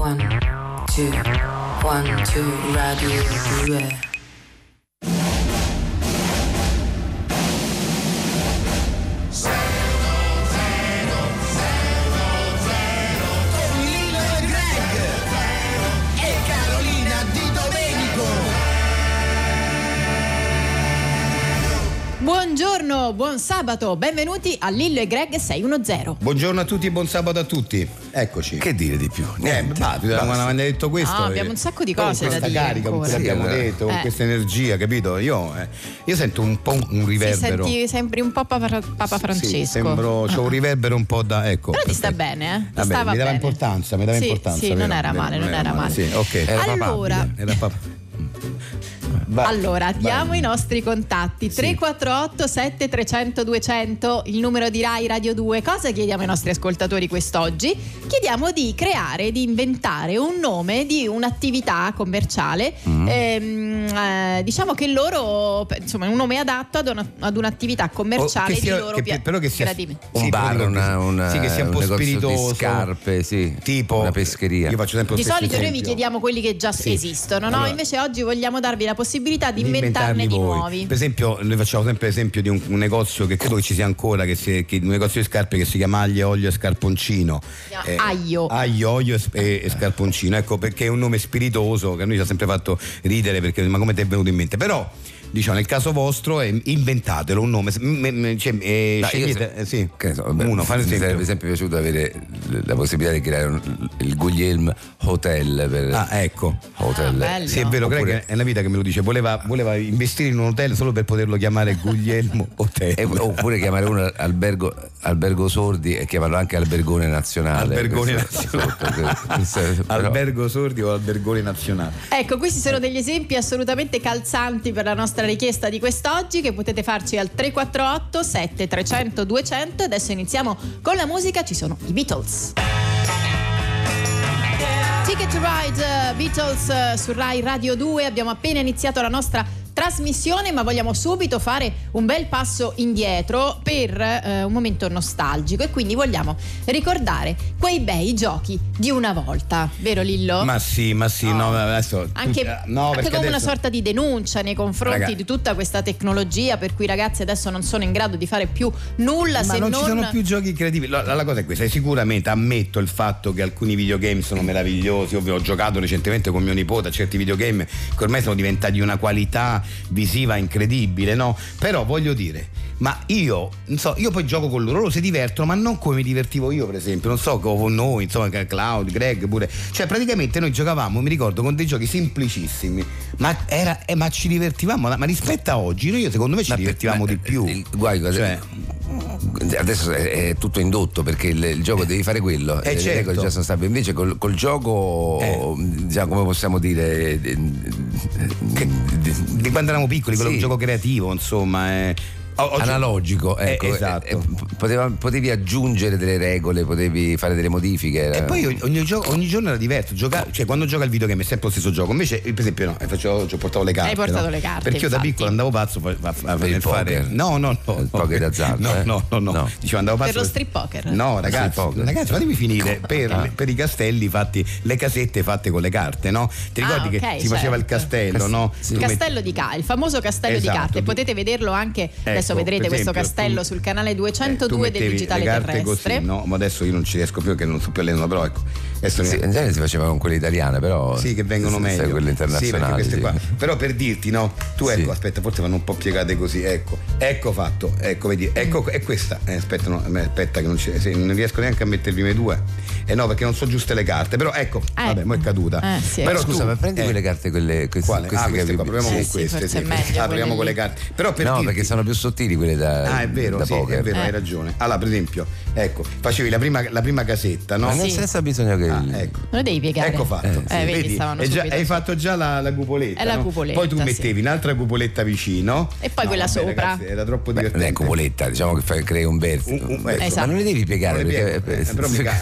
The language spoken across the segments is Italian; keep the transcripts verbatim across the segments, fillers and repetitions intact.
One, two, one, two, Radio due. Buongiorno, buon sabato, benvenuti a Lillo e Greg sei uno zero. Buongiorno a tutti, buon sabato a tutti. Eccoci. Che dire di più? Niente. Eh, bah, quando abbiamo detto questo. No, abbiamo un sacco di cose da dire. Con questa carica, con cui sì, abbiamo eh. detto, con questa energia, capito? Io, eh, io sento un po' un riverbero. Sì, senti, sembri un po' Papa, Papa Francesco. Sì, sembro, c'ho un riverbero un po' da. Ecco. Però ti sta bene, eh? Ti Vabbè, stava mi dava bene. importanza, mi dava sì, importanza. Sì, vero, non era vero, male, non, non era male. Sì, ok. Era allora, era papabile. Vai, allora, diamo vai. i nostri contatti. Sì. tre quattro otto sette tre zero zero due zero zero, il numero di Rai Radio due. Cosa chiediamo ai nostri ascoltatori quest'oggi? Chiediamo di creare, di inventare un nome di un'attività commerciale, mm. ehm, eh, diciamo che loro, insomma, un nome adatto ad, una, ad un'attività commerciale sia, di loro che, però che sia creativi. Un sì, bar, una, una, sì, che sia un po' un spiritoso, di scarpe, sì, tipo una pescheria. Io faccio sempre di solito esempio. noi vi chiediamo quelli che già sì. esistono, no? Allora, invece oggi vogliamo darvi la possibilità di, di inventarne di voi. nuovi. Per esempio, noi facciamo sempre l'esempio di un, un negozio che credo che ci sia ancora, che, si, che un negozio di scarpe che si chiama Aglio, Olio e Scarponcino. Eh, Aglio. Aglio, Olio e, e Scarponcino, ecco, perché è un nome spiritoso che a noi ci ha sempre fatto ridere, perché ma come ti è venuto in mente? Però diciamo nel caso vostro è, inventatelo un nome, cioè, eh, no, scegliete se, sì, che so, vabbè, uno, mi sarebbe sempre piaciuto avere la possibilità di creare un, il Guglielm Hotel per ah ecco hotel. Ah, sì, è vero. Oppure, Greg è una vita che me lo dice, voleva, voleva investire in un hotel solo per poterlo chiamare Guglielmo Hotel e, oppure chiamare uno albergo, albergo sordi e chiamarlo anche albergone nazionale. Albergone nazionale sotto, albergo sordi o albergone nazionale. Ecco, questi sono degli esempi assolutamente calzanti per la nostra richiesta di quest'oggi, che potete farci al tre quattro otto sette tre zero zero due zero zero. Adesso iniziamo con la musica, ci sono i Beatles. Ticket to Ride, Beatles su Rai Radio due. Abbiamo appena iniziato la nostra trasmissione, ma vogliamo subito fare un bel passo indietro per eh, un momento nostalgico, e quindi vogliamo ricordare quei bei giochi di una volta, vero Lillo? Ma sì, ma sì, no, no adesso anche, tu, no, anche come adesso... una sorta di denuncia nei confronti Raga. di tutta questa tecnologia, per cui i ragazzi adesso non sono in grado di fare più nulla, ma se non, non ci sono più giochi creativi. La, la cosa è questa, sicuramente ammetto il fatto che alcuni videogame sono meravigliosi. Ovvio, ho giocato recentemente con mio nipote a certi videogame che ormai sono diventati di una qualità visiva incredibile, no? Però voglio dire, ma io non so, io poi gioco con loro, loro si divertono, ma non come mi divertivo io, per esempio, non so, con noi, insomma, Cloud, Greg pure, cioè praticamente noi giocavamo, mi ricordo, con dei giochi semplicissimi, ma era eh, ma ci divertivamo, ma rispetto a oggi noi secondo me ci ma divertivamo per, di più. Il, guarda, cioè, adesso è, è tutto indotto, perché il, il gioco devi fare quello, eh, le certo. regole già sono state, invece col, col gioco eh. diciamo, come possiamo dire, che, di, di quando eravamo piccoli, quello sì. gioco creativo, insomma, eh. Oggi, analogico, ecco, eh, esatto. eh, poteva, potevi aggiungere delle regole, potevi fare delle modifiche. E poi ogni, ogni, gioco, ogni giorno era diverso. Gioca, cioè, quando gioca il videogame è sempre lo stesso gioco. Invece, per esempio, no, facevo, cioè, portavo le carte. Hai portato no? le carte. Perché io infatti. da piccolo andavo pazzo a, a, a, per il fare. Poker. No, no, no. Il poker d'azzardo. No, eh? no, no, no, no. Dicevo, andavo pazzo per lo strip poker. No, ragazzi, ragazzi, fatemi finire. Per, ah. per i castelli fatti, le casette fatte con le carte, no? Ti ricordi ah, okay, che si certo. faceva il castello, Cast- no? Sì. Il castello di Ca, il famoso castello esatto, di carte. tu... Potete vederlo anche, ecco, adesso vedrete questo esempio, castello tu... sul canale duecentodue eh, del Digitale Terrestre. Così, no? Ma adesso io non ci riesco più, che non so più allenare, però ecco. Sì, in genere si faceva con quelle italiane, però sì, che vengono meglio. Quelle internazionali. Sì, sì. qua. Però per dirti, no? Tu ecco, sì. aspetta, forse vanno un po' piegate così, ecco. Ecco fatto, ecco, vedi, ecco, è questa. Eh, aspetta, no, aspetta che non, ci, sì, non riesco neanche a mettervi me due. Eh no, perché non sono giuste le carte, però ecco, eh. vabbè, mo' è caduta. Eh, sì, però scusa, tu, ma prendi eh. quelle carte, quelle queste, Quale? queste ah, queste che qua, proviamo eh, con sì, queste, sì. Meglio, ah, proviamo con le carte. Però per no, dirti, perché sono più sottili quelle da Ah, è vero, da sì, poker. è vero, eh. hai ragione. Allora, per esempio, ecco, facevi la prima, la prima casetta, no? Ma sì. senza bisogno che ah, ecco. Non lo devi piegare. Ecco fatto. Eh, sì. Eh, vedi, vedi, stavano già, subito. hai fatto già la, la cupoletta. È la no? cupoletta, Poi tu sì. mettevi un'altra cupoletta vicino. E poi no, quella vabbè, sopra. Ragazzi, era troppo Beh, divertente. non è cupoletta, diciamo che fai, crei un verso. Un, un, ecco. Esatto. Ma non le devi piegare, Non le perché piego, eh, però mi ca- a me mi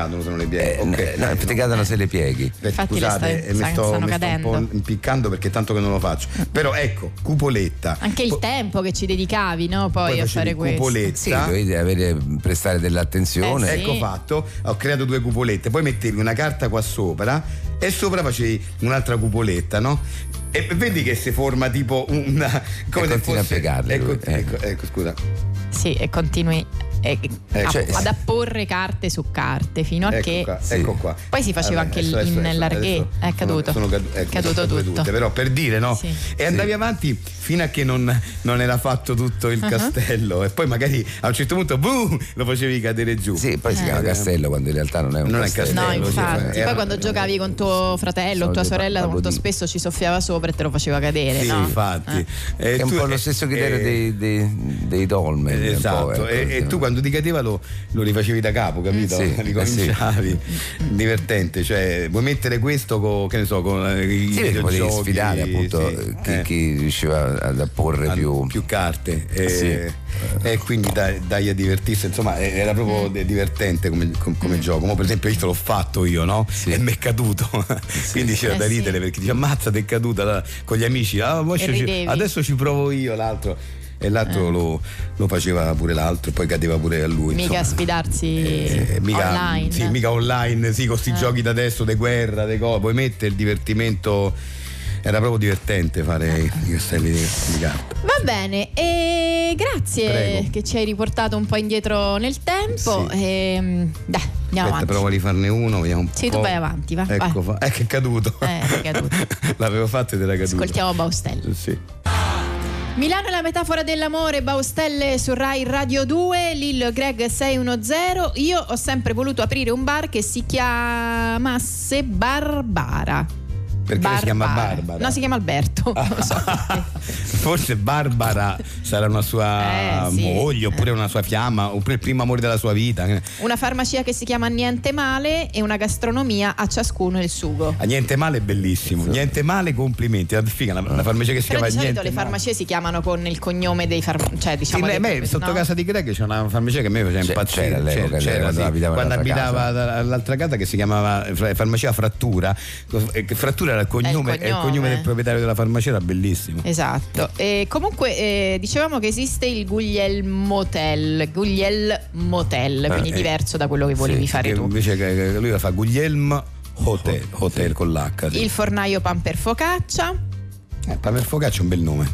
cadono se non le pieghi. Eh, okay. no, ti cadono se le pieghi. Infatti Scusate, le stai- mi sto, stanno mi sto cadendo. un po' impiccando perché tanto che non lo faccio. Però ecco, cupoletta. Anche il Po- tempo che ci dedicavi, no? Poi, Poi a facevi fare questo. cupoletta. Sì, dovevi avere, prestare dell'attenzione. Eh, sì. Ecco fatto, ho creato due cupolette, poi mettevi una carta qua sopra e sopra facevi un'altra cupoletta, no? E vedi che si forma tipo una. Come E se continua fosse. a piegarle Ecco, lui, eh. ecco, ecco, scusa. Sì, e continui eh, a- cioè, ad apporre carte su carte fino a Ecco che qua, sì. ecco qua. Poi si faceva anche il- adesso, in adesso, larghè. adesso È caduto. Sono, sono cadu- ecco, Caduto sono tutto. cadute, però per dire, no? Sì. E andavi avanti fino a che non, non era fatto tutto il Uh-huh. castello e poi magari a un certo punto boom, lo facevi cadere giù. Sì, poi si Eh. chiama castello quando in realtà non è un Non è castello. No, castello, sì, infatti. era- Poi quando giocavi con tuo fratello o tua Solito sorella, parlo molto di- spesso ci soffiava sopra e te lo faceva cadere, Sì, no? infatti. Eh. E È un tu- po' lo e- stesso criterio e- dei, dei, dei dolmen. un po', Esatto, ecco. e, e tu quando ti cadeva lo, lo rifacevi da capo, capito? Sì, Ricominciavi. Divertente, cioè vuoi mettere questo con, che ne so, con eh, i Sì, perché potevi videogiochi, sfidare appunto sì, chi, eh, chi riusciva ad apporre a- più. più carte e, Sì. e quindi dai, dai a divertirsi, insomma eh, era proprio de- divertente come, com- come gioco. Mo per esempio io te l'ho fatto io, no? Sì. E mi è caduto, quindi c'era Eh, da sì. ridere perché dice ammazza ti è caduta la- con gli amici, ah, mo ci- ridevi. adesso ci provo io l'altro. E l'altro lo, lo faceva pure l'altro e poi cadeva pure a lui. Mica insomma. sfidarsi Eh, mica, online. Sì, mica online, sì, con questi Eh. giochi da adesso, di guerra, di cose. Poi mette il divertimento. Era proprio divertente fare i, i castelli di, di carta. Va bene, e grazie Prego. che ci hai riportato un po' indietro nel tempo. Sì. E, dai, andiamo Aspetta, avanti. provo a rifarne uno, vediamo un Sì, po'. tu vai avanti, va. Ecco, vai. fa- eh, che è caduto. Eh, è caduto. L'avevo fatto ed era caduto. Ascoltiamo Baustelle. Sì. Milano è la metafora dell'amore, Baustelle su Rai Radio due, Lillo e Greg sei uno zero. Io ho sempre voluto aprire un bar che si chiamasse Barbara. Perché lei si chiama Barbara? No, si chiama Alberto. Non lo so perché. Forse Barbara sarà una sua Eh, sì. moglie, oppure una sua fiamma, oppure il primo amore della sua vita. Una farmacia che si chiama Niente Male e una gastronomia a ciascuno il sugo. Ah, niente male è bellissimo, niente male, complimenti. La, figa, la, la farmacia che si Però chiama di solito Niente le Male. farmacie si chiamano con il cognome dei farmaci, cioè Sì, diciamo a dei- me sotto no? casa di Greg c'è una farmacia che a me faceva C'è- impazzire. c'era all'epoca, C'era, quando sì. abitava Quando nell'altra abitava casa. all'altra casa che si chiamava fra- farmacia Frattura. Eh, che Frattura era il cognome, È il è il cognome. cognome del proprietario della farmacia, era bellissimo. Esatto. E comunque eh, dicevamo che esiste il Guglielmotel, Guglielmotel, quindi eh, diverso da quello che volevi Sì, fare che tu. Invece che, che lui la fa Guglielmo Hotel, Hotel con l'H. Sì. Il fornaio pan per focaccia. Eh, Pamer Focaccia è un bel nome.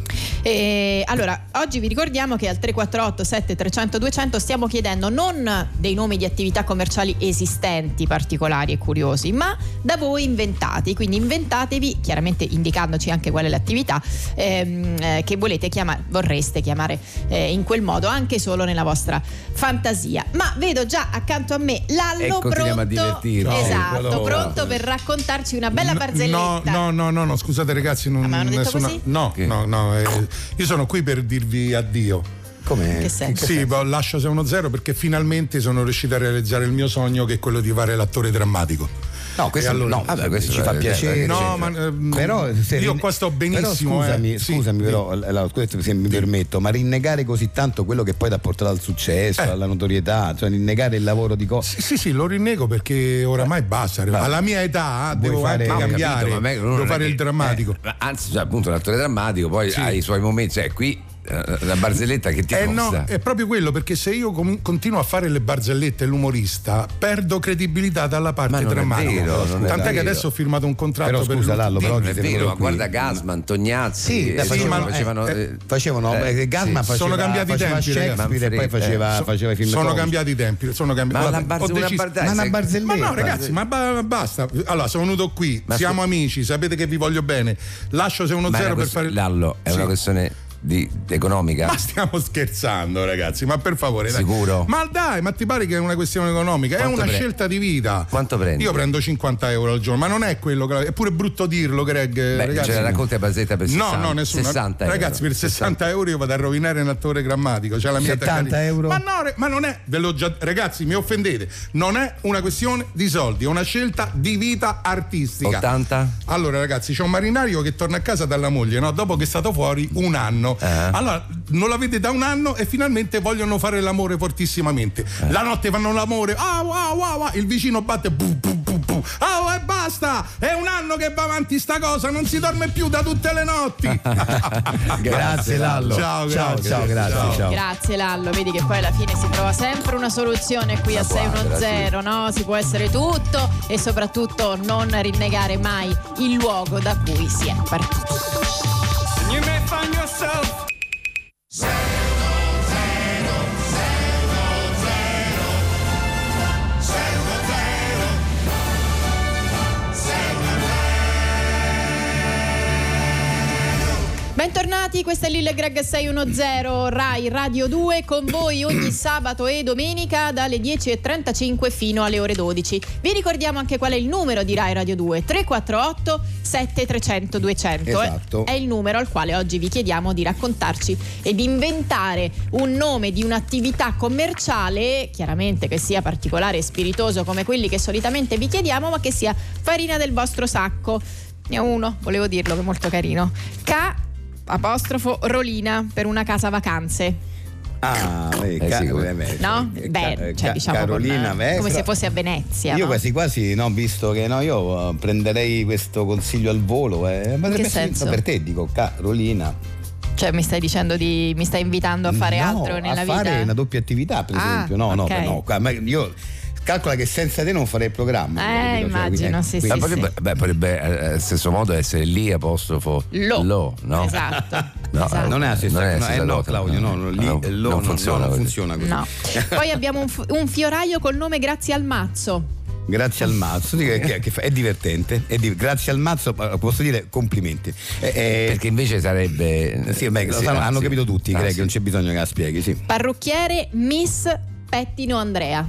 E allora, oggi vi ricordiamo che al tre quattro otto sette tre zero zero due zero zero stiamo chiedendo non dei nomi di attività commerciali esistenti, particolari e curiosi, ma da voi inventati. Quindi inventatevi, chiaramente indicandoci anche qual è l'attività ehm, eh, che volete chiamare, vorreste chiamare eh, in quel modo, anche solo nella vostra fantasia. Ma vedo già accanto a me Lallo E continuiamo a pronto, divertirci. esatto, Quello- pronto per raccontarci una bella No, barzelletta. no, no, no, no, scusate ragazzi, non Ah, ma hanno detto nessuna. così? No, Che? no, no, eh, io sono qui per dirvi addio. Come? Che senso? Sì, boh, lascio sei uno zero perché finalmente sono riuscito a realizzare il mio sogno, che è quello di fare l'attore drammatico. No, questo, E allora- no, Vabbè, questo ci fa è- piacere. è- No, sì. ma ehm, Però se io rin- qua sto benissimo. Però scusami, eh. Sì, scusami sì. però, allora, questo se mi permetto, ma rinnegare così tanto quello che poi ti ha portato al successo, Eh. alla notorietà, cioè rinnegare il lavoro di cose. Sì, sì, sì, lo rinnego perché oramai basta. Alla mia età Vuoi devo fare- anche Ma ho cambiare, capito, ma me- uno devo non è fare che- il drammatico. eh, anzi, cioè, appunto, l'attore drammatico poi Sì. ha i suoi momenti, cioè qui eh, la barzelletta che ti Eh no, costa. è proprio quello, perché se io com- continuo a fare le barzellette e l'umorista, perdo credibilità dalla parte Ma non è drammatica. vero, non è Tant'è che vero. adesso ho firmato un contratto Però per scusa il- Lallo, però Non oggi è sei vero, venuto ma qui. guarda Gasman, Tognazzi, Sì, eh, sì, facevano, ma- facevano, eh, eh, facevano eh, eh, Gasman sì. faceva, Sono cambiati i faceva tempi, ragazzi. Shakespeare e poi faceva, So- faceva i film sono comici. cambiati i tempi, sono cambiati. Ma Vabbè, la barz- ho una deciso- barda- Ma una sai- barzelletta. Ma no, ragazzi, ma ba- basta. Allora, sono venuto qui, Ma siamo scu- amici, sapete che vi voglio bene. Lascio sei uno Ma è zero una per quest- fare. Lallo, è Sì. una questione di economica? Ma stiamo scherzando, ragazzi, ma per favore, dai. Sicuro? Ma dai, ma ti pare che è una questione economica? Quanto è una pre- scelta di vita. Quanto prendi? Io prendo cinquanta euro al giorno, ma non è quello che. È pure brutto dirlo, Greg. Beh, ragazzi. ce la racconti a barzelletta per sessanta, No, no, nessuno. sessanta euro. Ragazzi, per sessanta euro io vado a rovinare un attore grammatico. Cioè la mia settanta attaccati- euro? Ma no, re- ma non è. Ve l'ho già. Ragazzi, mi offendete. Non è una questione di soldi, è una scelta di vita artistica. ottanta? Allora, ragazzi, c'è un marinaio che torna a casa dalla moglie, no? Dopo che è stato fuori un anno. vicino. Eh. Allora non la vede da un anno e finalmente vogliono fare l'amore fortissimamente. Eh. La notte fanno l'amore, ah, wow, wow, wow, il vicino batte, bu, bu, bu, bu. Ah, e basta! È un anno che va avanti sta cosa, non si dorme più da tutte le notti. Grazie Lallo. Ciao, ciao, grazie. ciao, grazie. Ciao. Ciao. Grazie Lallo, vedi che poi alla fine si trova sempre una soluzione qui a sei uno zero, no? Si può essere tutto e soprattutto non rinnegare mai il luogo da cui si è partiti. You may find yourself Bentornati, questa è Lille Greg sei uno zero Rai Radio due, con voi ogni sabato e domenica dalle dieci e trentacinque fino alle ore dodici. Vi ricordiamo anche qual è il numero di Rai Radio due: tre quattro otto sette tre zero zero due zero zero. Esatto. È il numero al quale oggi vi chiediamo di raccontarci e di inventare un nome di un'attività commerciale, chiaramente che sia particolare e spiritoso come quelli che solitamente vi chiediamo, ma che sia farina del vostro sacco. Ne ho uno, volevo dirlo, che è molto carino. K apostrofo Rolina, per una casa vacanze. Ah, eh, Eh, ca- sì, come- eh, beh, No? eh, Beh, ca- cioè ca- diciamo Carolina, con- beh, come però- se fosse a Venezia. Io no? quasi quasi, no, visto che no, io eh, prenderei questo consiglio al volo. Eh. Potrebbe che essere- senso? Per te dico, Carolina. Cioè mi stai dicendo di mi stai invitando a fare No, altro nella a vita? fare una doppia attività, per Ah, esempio. No, no, ok. no, qua- ma io calcola che senza te non farei il programma. Eh, capito? Cioè, immagino, quindi, sì, quindi- Ma sì, potrebbe, beh, potrebbe eh, allo stesso modo essere lì apostrofo Lo. lo, no? Esatto. No, esatto. Non è la stessa Non è la no, stessa eh, no, cosa, Claudio, no, no. no, lì, No, eh, lo, non no, funziona no, non così. funziona così. No. Poi abbiamo un, f- un fioraio col nome Grazie al Mazzo. Grazie al mazzo, dico che, che fa- è divertente. È di- grazie al mazzo, ma posso dire complimenti. Eh, eh, Perché invece sarebbe. sì, beh, lo sì, sanno- ah, hanno sì. capito tutti, Ah, Greg, sì. non c'è bisogno che la spieghi, sì. Parrucchiere Miss Pettino Andrea.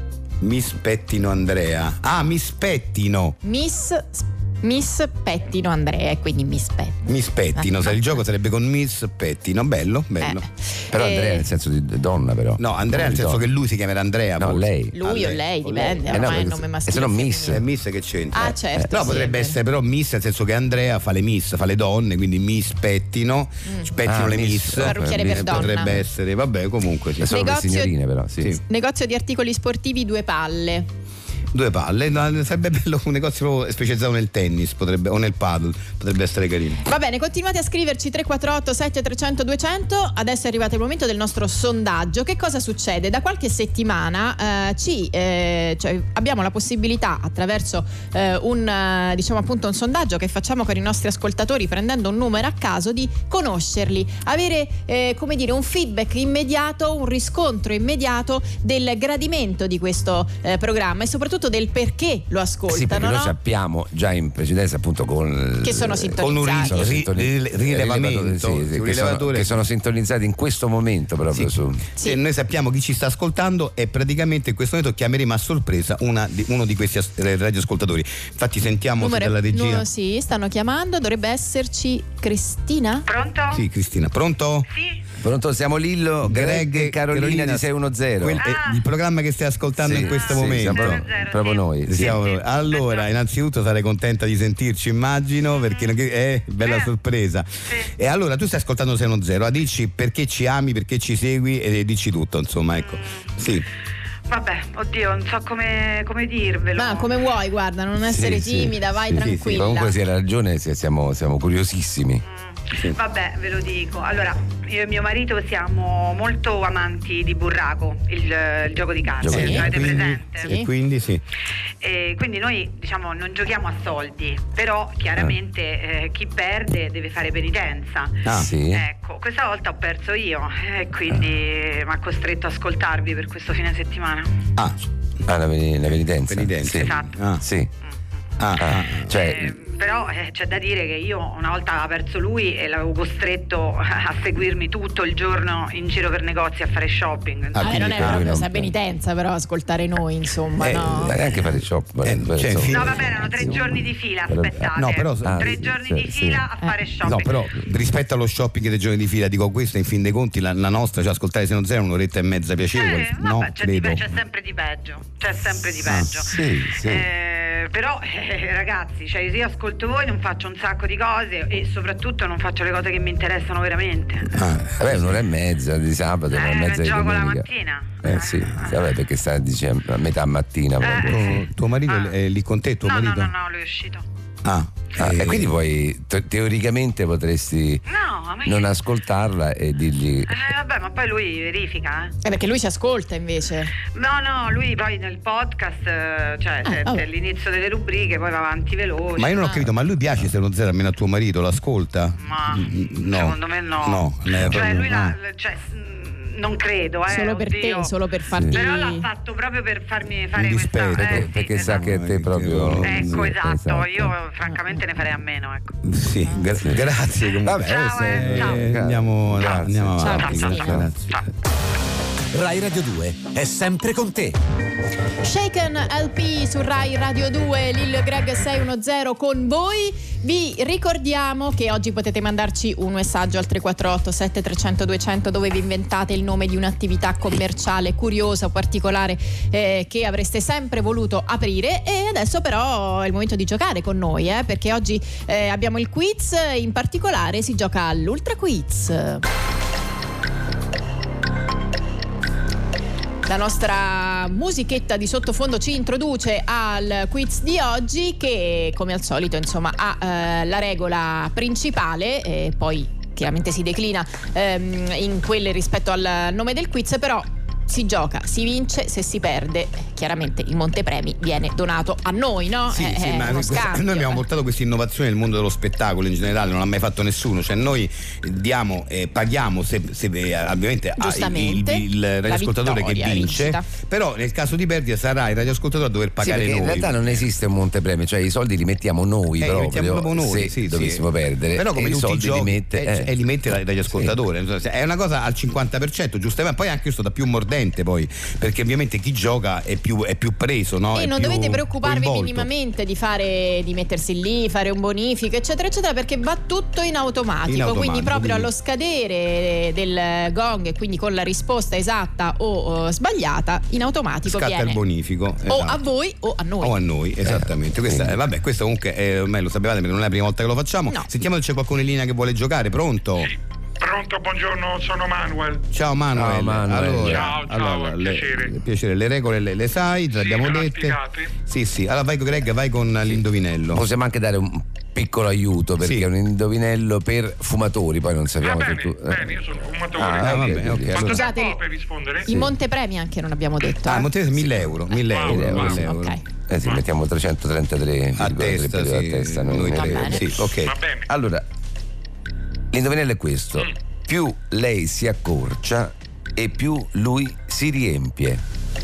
Miss Pettino Andrea. Ah, Miss Pettino. Miss Miss Pettino Andrea, e quindi Miss Pettino. Miss Pettino, Ah, sai, il ah, gioco sarebbe con Miss Pettino. Bello, bello. Eh. Però Eh, Andrea nel senso di donna, però. No, Andrea nel Di senso donna. che lui si chiamerà Andrea. No, forse. lei. Lui Ah, o lei, o dipende, Eh, no, ormai è il perché nome se maschile. no o Miss. femminile. Eh, Miss che c'entra? Ah, certo. No, sì, potrebbe è essere però Miss nel senso che Andrea fa le Miss, fa le donne, quindi Miss Pettino, pettino Ah, le Miss. Miss. Parrucchiere Eh, per donna. Potrebbe essere, vabbè, comunque sì. È solo per Negozio- signorine, però. Sì. Sì. Negozio di articoli sportivi Due Palle. Due palle, no, sarebbe bello un negozio proprio specializzato nel tennis, potrebbe, o nel paddle, potrebbe essere carino. Va bene, continuate a scriverci tre quattro otto sette tre zero zero due zero zero. Adesso è arrivato il momento del nostro sondaggio. Che cosa succede? Da qualche settimana eh, ci eh, cioè, abbiamo la possibilità, attraverso eh, un eh, diciamo appunto un sondaggio che facciamo con i nostri ascoltatori, prendendo un numero a caso, di conoscerli, avere eh, come dire un feedback immediato, un riscontro immediato del gradimento di questo eh, programma e soprattutto del perché lo ascoltano, Sì, perché no? noi sappiamo già in precedenza appunto con Che sono Con un sintonizzati. ri- sono ri- sintoni- ri- rilevamento, sì, sì, sì, un che, sono, rilevatore. che sono sintonizzati in questo momento proprio Sì. su. Se noi sappiamo chi ci sta ascoltando e praticamente in questo momento chiameremo a sorpresa una di- uno di questi as- eh, radioascoltatori. Infatti sentiamo se Numero- dalla regia. nu- sì, stanno chiamando, dovrebbe esserci Cristina. Pronto? Sì, Cristina, pronto? Sì? Pronto, siamo Lillo, Greg e Carolina, di sei uno zero. Quel- eh, Ah. il programma che stai ascoltando Sì, in questo sì, momento. siamo proprio, Zero, proprio sì. noi. sì. Siamo- sì. allora, innanzitutto sarei contenta di sentirci, immagino, perché è bella Eh, sorpresa. sì. E allora tu stai ascoltando sei uno zero, ah, dici perché ci ami, perché ci segui e dici tutto, insomma, ecco. Sì. Vabbè, oddio, non so come, come dirvelo. Ma come vuoi, guarda, non essere Sì, sì, timida, vai sì, sì, sì. tranquilla. Comunque sì, hai ragione, sì, siamo, siamo curiosissimi. Sì. Vabbè, ve lo dico. Allora, io e mio marito siamo molto amanti di burraco, il, il gioco di carte. Gioco di Lo avete quindi, presente? Sì. E quindi sì. E quindi noi diciamo non giochiamo a soldi, però chiaramente eh, chi perde deve fare penitenza. Ah. Sì. Ecco, questa volta ho perso io e quindi mi ha costretto a ascoltarvi per questo fine settimana. Ah, Ah, la, pen- la penitenza. penitenza. Sì. Esatto. Ah, Sì. ah, Ah, ah. cioè, Eh, però eh, c'è da dire che io una volta aveva perso lui e l'avevo costretto a seguirmi tutto il giorno in giro per negozi a fare shopping. Ah, Vabbè, quindi non è per lui proprio non- sa penitenza, però ascoltare noi, insomma, Eh, no? dai, anche fare shop. Eh, beh, cioè, insomma. sì. No, vabbè, erano tre giorni di fila, Però- aspettate. no, però- Ah, tre sì, giorni sì, di sì. fila a fare shopping. No, però rispetto allo shopping dei giorni di fila, dico questo, in fin dei conti la, la nostra, cioè ascoltare se non zero un'oretta e mezza piacevole. Eh, no, vabbè, c'è, di credo. pe- c'è sempre di peggio. C'è sempre di Ah, peggio. sì, sì. Eh, eh, però eh, ragazzi, cioè io ascolto voi, non faccio un sacco di cose e soprattutto non faccio le cose che mi interessano veramente. Ah, vabbè, un'ora e mezza di sabato, un'ora e Eh, mezza di gioco la domenica. mattina. Eh sì, vabbè, perché sta dice, a metà mattina proprio. Eh, Tuo, tuo marito Ah. è lì con te, tuo No, no, marito? no, no, lui è uscito. Ah, Ah, eh, e quindi poi te- teoricamente potresti No, ma non ascoltarla e dirgli Eh, vabbè, ma poi lui verifica, eh. Eh, perché lui ci ascolta invece. No, no, lui poi nel podcast, eh, cioè Ah, sente vabbè. l'inizio delle rubriche, poi va avanti veloce. Ma io non ho Ah. capito, ma a lui piace zero zero almeno a tuo marito? L'ascolta? Ma Mm, no. secondo me no. No, lei è cioè proprio- lui la, ah. cioè, s- non credo, eh. Solo per oddio. te, solo per farti. Però l'ha fatto proprio per farmi fare Un questa dispetto, eh, perché, sì, perché sa esatto. che a te proprio Ecco, sì, esatto, io francamente ne farei a meno, ecco. Sì, gra- grazie. comunque. Vabbè, Ciao, se- eh, ciao. Eh, andiamo, Grazie. andiamo Ciao, avanti. Cristina. Grazie. Rai Radio due è sempre con te. Shaken L P su Rai Radio due, Lil Greg sei uno zero con voi. Vi ricordiamo che oggi potete mandarci un messaggio al tre quattro otto sette tre zero zero due zero zero dove vi inventate il nome di un'attività commerciale curiosa o particolare eh, che avreste sempre voluto aprire. E adesso però è il momento di giocare con noi, eh, perché oggi eh, abbiamo il quiz, in particolare si gioca all'Ultra Quiz. La nostra musichetta di sottofondo ci introduce al quiz di oggi, che come al solito insomma ha eh, la regola principale e poi chiaramente si declina ehm, in quelle rispetto al nome del quiz, però si gioca, si vince, se si perde chiaramente il montepremi viene donato a noi, no? Sì, È- sì, è ma uno questa- scambio, noi abbiamo eh. portato questa innovazione nel mondo dello spettacolo in generale, non l'ha mai fatto nessuno, cioè noi diamo, eh, paghiamo se, se eh, ovviamente ha il, Giustamente, il, il la radioascoltatore che vittoria, vince, la però nel caso di perdita sarà il radioascoltatore a dover Sì, pagare perché noi. in realtà non esiste un montepremi, cioè i soldi li mettiamo noi Eh, li proprio, mettiamo proprio noi, se sì, sì. dovessimo perdere, però come e i tutti i soldi giochi li mette eh, eh. e li mette il radioascoltatore. È una cosa al cinquanta per cento, giustamente. Poi anche questo da più mordente, poi, perché ovviamente chi gioca è più, è più preso, no? E È non più dovete preoccuparvi coinvolto. minimamente di fare di mettersi lì, fare un bonifico, eccetera, eccetera, perché va tutto in automatico. In automatico, quindi proprio quindi- allo scadere del gong e quindi con la risposta esatta o uh, sbagliata, in automatico Scatta viene il bonifico. o esatto. a voi o a noi. O a noi, esattamente. Questa, eh, vabbè, questo comunque è, ormai lo sapevate perché non è la prima volta che lo facciamo. No. Sentiamo se c'è qualcuno in linea che vuole giocare. Pronto? Pronto, buongiorno, sono Manuel. Ciao Manuel. Ciao, Manuel. Allora, Ciao, ciao, allora, è le, piacere. piacere. Le regole le, le sai, te le Sì, abbiamo me la dette. spiegate? Sì, sì. Allora vai Greg, vai con l'indovinello. Possiamo anche dare un piccolo aiuto perché Sì. è un indovinello per fumatori, poi non Va sappiamo se bene, tu eh. bene, io sono fumatore. Ah, Ah, ok, vabbè, quindi- ok. Quanto Allora. Scusate, tempo per rispondere? I montepremi anche non abbiamo detto. Ah, eh. Montese mille euro. mille Wow, euro. wow. mille euro. Ok. Eh sì, mettiamo trecentotrentatré A testa, a sì. testa Noi noi- Va tre. bene. Sì, ok. Va bene. Allora, l'indovinello è questo: Mm. più lei si accorcia e più lui si riempie.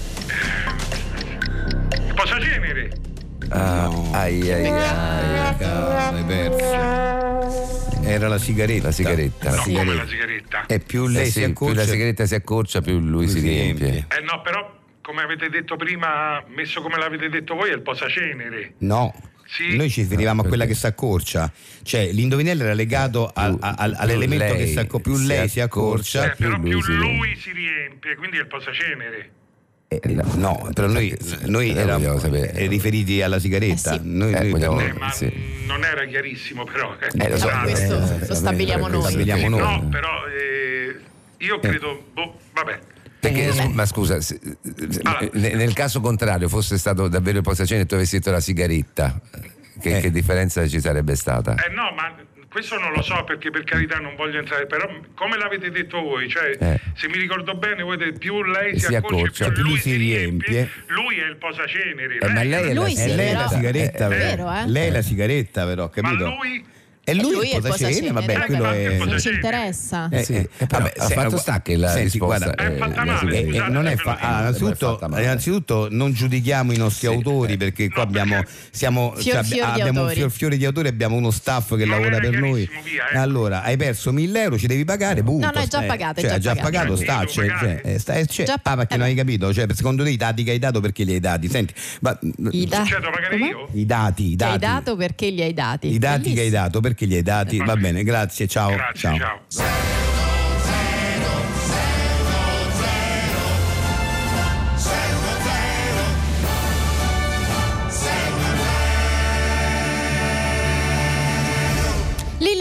Posacenere. Ah, No. ai, ai, ai. Cazzo, hai perso. Era la sigaretta. La sigaretta. La No, come sigaretta. la sigaretta? E più lei Eh si sì, più accorge, la sigaretta si accorcia, più lui, si riempie. Eh no, però come avete detto prima, messo come l'avete detto voi, è il posacenere. No. Sì. Noi ci riferiamo a quella che si accorcia, cioè l'indovinello era legato al- Più- al- più all'elemento lei che si accorcia, più si lei si accorcia. Eh, però più più lui si lui riempie. si riempie, quindi è il posacenere. Eh, no, però noi, noi Eh, eravamo vogliamo sapere. eh, riferiti alla sigaretta. Eh sì. Noi, Eh, noi- vogliamo- Eh, ma sì. non era chiarissimo però. eh. Eh, lo so, Ah, questo eh, lo stabiliamo eh, noi. stabiliamo noi. No, però eh, io credo, boh, vabbè. Perché, Eh, ma scusa, se- se- Ah. ne- nel caso contrario fosse stato davvero il posacenere e tu avessi detto la sigaretta, che, Eh. che differenza ci sarebbe stata? Eh no, ma questo non lo so perché per carità non voglio entrare, però come l'avete detto voi, cioè Eh. se mi ricordo bene voi dite, più lei si, Si accorge, accorcia, più lui si riempie, riempie. lui è il posacenere. Eh, ma lei è la Lui È sì, lei però- la sigaretta, È però. vero, eh? Lei è la sigaretta, però, Ma capito? lui E lui, lui è il posacenere, vabbè, Eh, quello infatti è. il Non ci posacenere. interessa. Eh, Sì, eh, eh, però ha se- fatto sta che la senti, risposta guarda, è fatta male, Eh, eh, scusate, non è se fa- ve lo dico. ah, innanzitutto, fatta male. innanzitutto non giudichiamo i nostri Sì, autori eh. perché qua No, abbiamo perché- siamo, Fior- cioè, abbi- fior di abbiamo un autori. fior fiore di autori, abbiamo uno staff che Non lavora era per noi. chiarissimo, via, eh. Allora, hai perso mille euro, ci devi pagare, punto. No, no, è già Eh, pagato, è cioè, già ha già pagato. pagato, Eh, sta, devo cioè, pagare. cioè, eh, sta- eh, cioè, Già- ah, perché eh, non hai beh. capito? Cioè, secondo te i dati che hai dato perché li hai dati? Senti, ma, I da- Cioè, devo pagare Come? io? i dati, i Che dati. hai dato perché li hai dati. I dati che hai Bellissimo. dato perché li hai dati? Va bene, grazie, ciao. Grazie, ciao.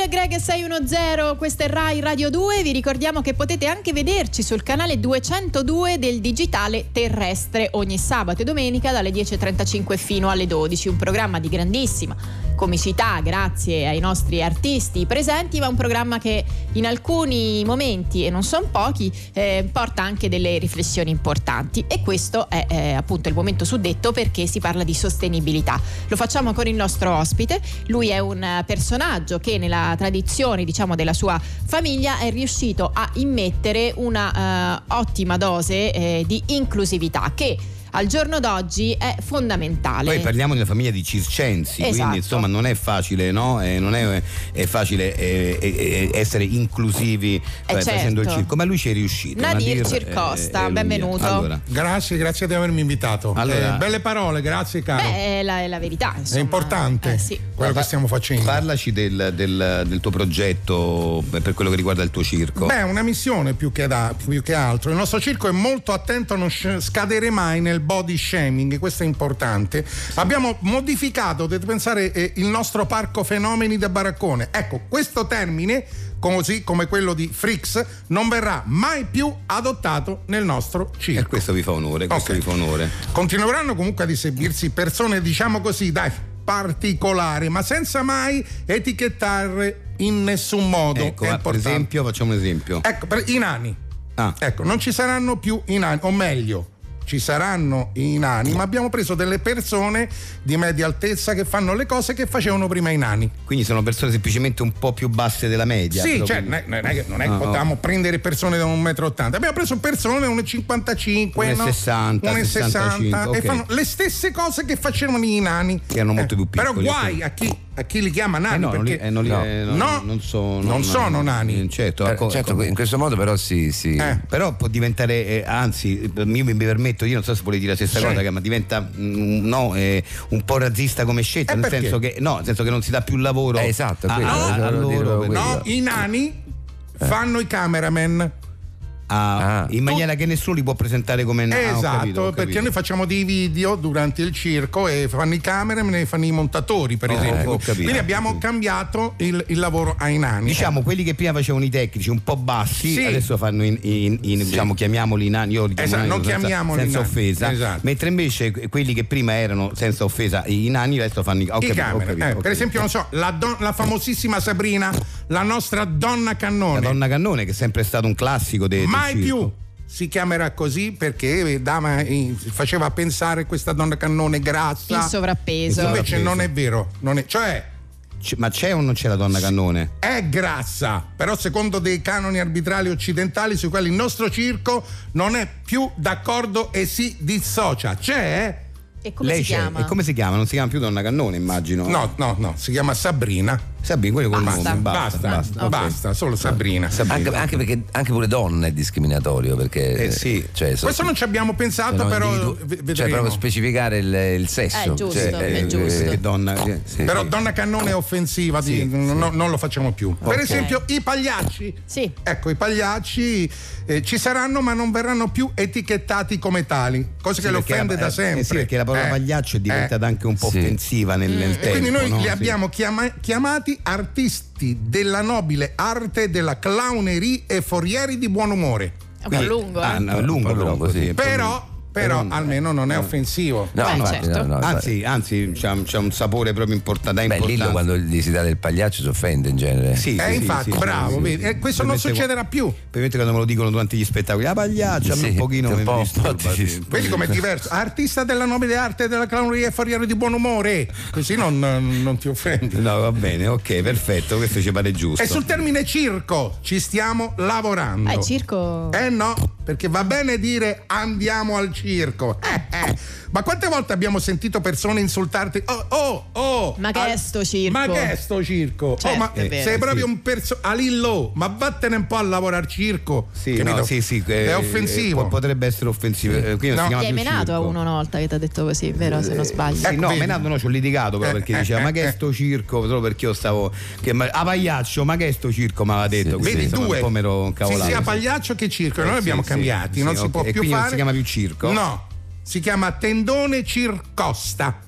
è Greg sei uno zero, questa è Rai Radio due. Vi ricordiamo che potete anche vederci sul canale duecentodue del digitale terrestre ogni sabato e domenica dalle dieci e trentacinque fino alle dodici. Un programma di grandissima comicità grazie ai nostri artisti presenti, ma un programma che in alcuni momenti, e non sono pochi, eh, porta anche delle riflessioni importanti, e questo è eh, appunto il momento suddetto perché si parla di sostenibilità. Lo facciamo con il nostro ospite. Lui è un personaggio che nella tradizione, diciamo, della sua famiglia è riuscito a immettere una uh, ottima dose eh, di inclusività che al giorno d'oggi è fondamentale. Poi parliamo di una famiglia di circensi, esatto. Quindi insomma non è facile, no? Eh, non è, è facile eh, eh, essere inclusivi eh, eh, facendo certo. il circo, ma lui ci è riuscito. Nadir, Nadir Circosta, eh, benvenuto. Allora. Grazie, grazie di avermi invitato. Allora, eh, belle parole, grazie caro. Beh, è la, è la verità, insomma. È importante eh, sì. quello che stiamo facendo. Parlaci del, del, del tuo progetto per quello che riguarda il tuo circo. Beh, una missione più che, da, più che altro. Il nostro circo è molto attento a non scadere mai nel body shaming. Questo è importante. Abbiamo modificato, dovete pensare, eh, il nostro parco fenomeni da baraccone. Ecco, questo termine, così come quello di Freaks, non verrà mai più adottato nel nostro circo. E questo vi fa onore, questo Okay. vi fa onore. Continueranno comunque ad esibirsi persone, diciamo così, dai, particolari, ma senza mai etichettare in nessun modo. Ecco, È per importante. esempio, facciamo un esempio. Ecco, per i nani. Ah. Ecco, non ci saranno più i nani, o meglio, ci saranno i nani, ma abbiamo preso delle persone di media altezza che fanno le cose che facevano prima i nani. Quindi sono persone semplicemente un po' più basse della media. Sì, però cioè, quindi- non è, non è che, non è che No, potevamo no. prendere persone da un metro e ottanta, abbiamo preso persone uno e cinquantacinque, uno e sessanta, uno e sessanta, sessantacinque, e ok. fanno le stesse cose che facevano i nani. Che erano molto più piccoli, Però guai ok. a chi, a chi li chiama Eh nani, no, non li- perché eh, non li- no. eh, no, No, non sono, non sono nani. Eh, Certo, Eh, ecco, certo, ecco. in questo modo però sì, sì. Eh. Però può diventare, eh, anzi, io mi, mi permetto, io non so se vuole dire la stessa Sì. cosa, che, ma diventa mm, no, eh, un po' razzista come scelta, Eh, nel perché? senso che no, nel senso che non si dà più lavoro. Eh, esatto, a, quello, a- a volevo dire loro, quello. No, i nani fanno i cameraman. a- Ah. in maniera che nessuno li può presentare come ah, ho Esatto, capito, ho perché capito. noi facciamo dei video durante il circo e fanno i cameraman e fanno i montatori, per Oh, esempio. ho capito. Quindi abbiamo cambiato il, il lavoro ai nani. Diciamo quelli che prima facevano i tecnici un po' bassi, Sì. adesso fanno in, in- in- diciamo chiamiamoli nani, io li chiamo Esatto, nani non senza, chiamiamoli senza nani. offesa, Esatto. mentre invece quelli che prima erano senza offesa i nani adesso fanno i, ho I capito, ho cameraman. capito, Eh, ho per capito. esempio, non so, la, don- la famosissima Sabrina, la nostra donna la cannone. donna Cannone, che è sempre stato un classico de- del Mai circo. più si chiamerà così perché dava, eh, faceva pensare questa donna cannone grassa. In sovrappeso. In Invece sovrappeso. non è vero, non è, cioè C- ma c'è o non c'è la donna Cannone? è grassa, però secondo dei canoni arbitrali occidentali sui quali il nostro circo non è più d'accordo e si dissocia. C'è? E come Lei si c'è. chiama? E come si chiama? Non si chiama più donna Cannone, immagino. No, no, no, si chiama Sabrina. Sabine, quello col Basta. nome, basta, Basta, basta, ok. basta, solo Sabrina. Sabrina. Anche, anche perché anche pure donna è discriminatorio, perché Eh, sì. cioè, so- Questo non ci abbiamo pensato, sono però individu- v- cioè vedremo. proprio specificare il, il sesso. Eh, giusto, cioè, è giusto. Che donna, sì, sì, Però sì. donna cannone è offensiva, di- Sì, no- non lo facciamo più. Per Ok. esempio i pagliacci. Sì. Ecco, i pagliacci eh, ci saranno ma non verranno più etichettati come tali, cosa Sì, che le perché offende la- da eh, sempre. sì, perché la parola Eh, pagliaccio è diventata eh. anche un po' Sì. offensiva nel, nel tempo. E quindi noi no? li Sì. abbiamo chiama- chiamati artisti della nobile arte della clownerie e forieri di buon umore. È un po' lungo, Ah, eh? no, lungo, Un po' però, lungo, così, sì. un po' Però, lungo. però Però- almeno non è offensivo. No, Beh, infatti, certo. no, no, infatti. Anzi, anzi c'ha, c'ha un sapore proprio importante. dà Beh, importanza. Lillo quando gli si dà del pagliaccio si offende in genere. Sì, Eh, sì, infatti, sì, bravo, sì, vedi, sì. e questo non Permette- succederà più. Permette quando me lo dicono durante gli spettacoli, la pagliaccia, a me Sì, un pochino un mi po', disturba, un po' ti- sì. Vedi com'è diverso? Artista della nobile arte della clowneria e foriero di buon umore. Così non, non ti offendi. No, va bene, ok, perfetto, questo ci pare giusto. E sul termine circo ci stiamo lavorando. Eh, circo. Eh no, perché va bene dire andiamo al circo. Eh, eh. Ma quante volte abbiamo sentito persone insultarti? Oh, oh, oh! Ma che al- è sto circo? Ma che è sto circo? Certo, oh, ma è vero, sei proprio sì. un perso. Alillo, ma vattene un po' a lavorare al circo. Sì, capito? no, sì, sì, eh, è offensivo. eh, potrebbe essere offensivo. eh, Quindi non No. si chiama Ti hai più menato a circo. uno una volta che ti ha detto così, vero? Se non sbaglio. Sì, Ecco, no, vedi. menato no, ci ho litigato però Eh, perché eh, diceva eh, ma che è eh. sto circo, solo perché io stavo che, ma, a Pagliaccio, ma che è sto circo mi aveva detto. Sì, Quindi, Vedi, insomma, due. un po' mi ero Sì, incavolato. sia sì. Pagliaccio che circo. Eh, Noi sì, abbiamo sì, cambiati, non sì, si ok. può E più quindi fare. non si chiama più circo? No, si chiama tendone circosta.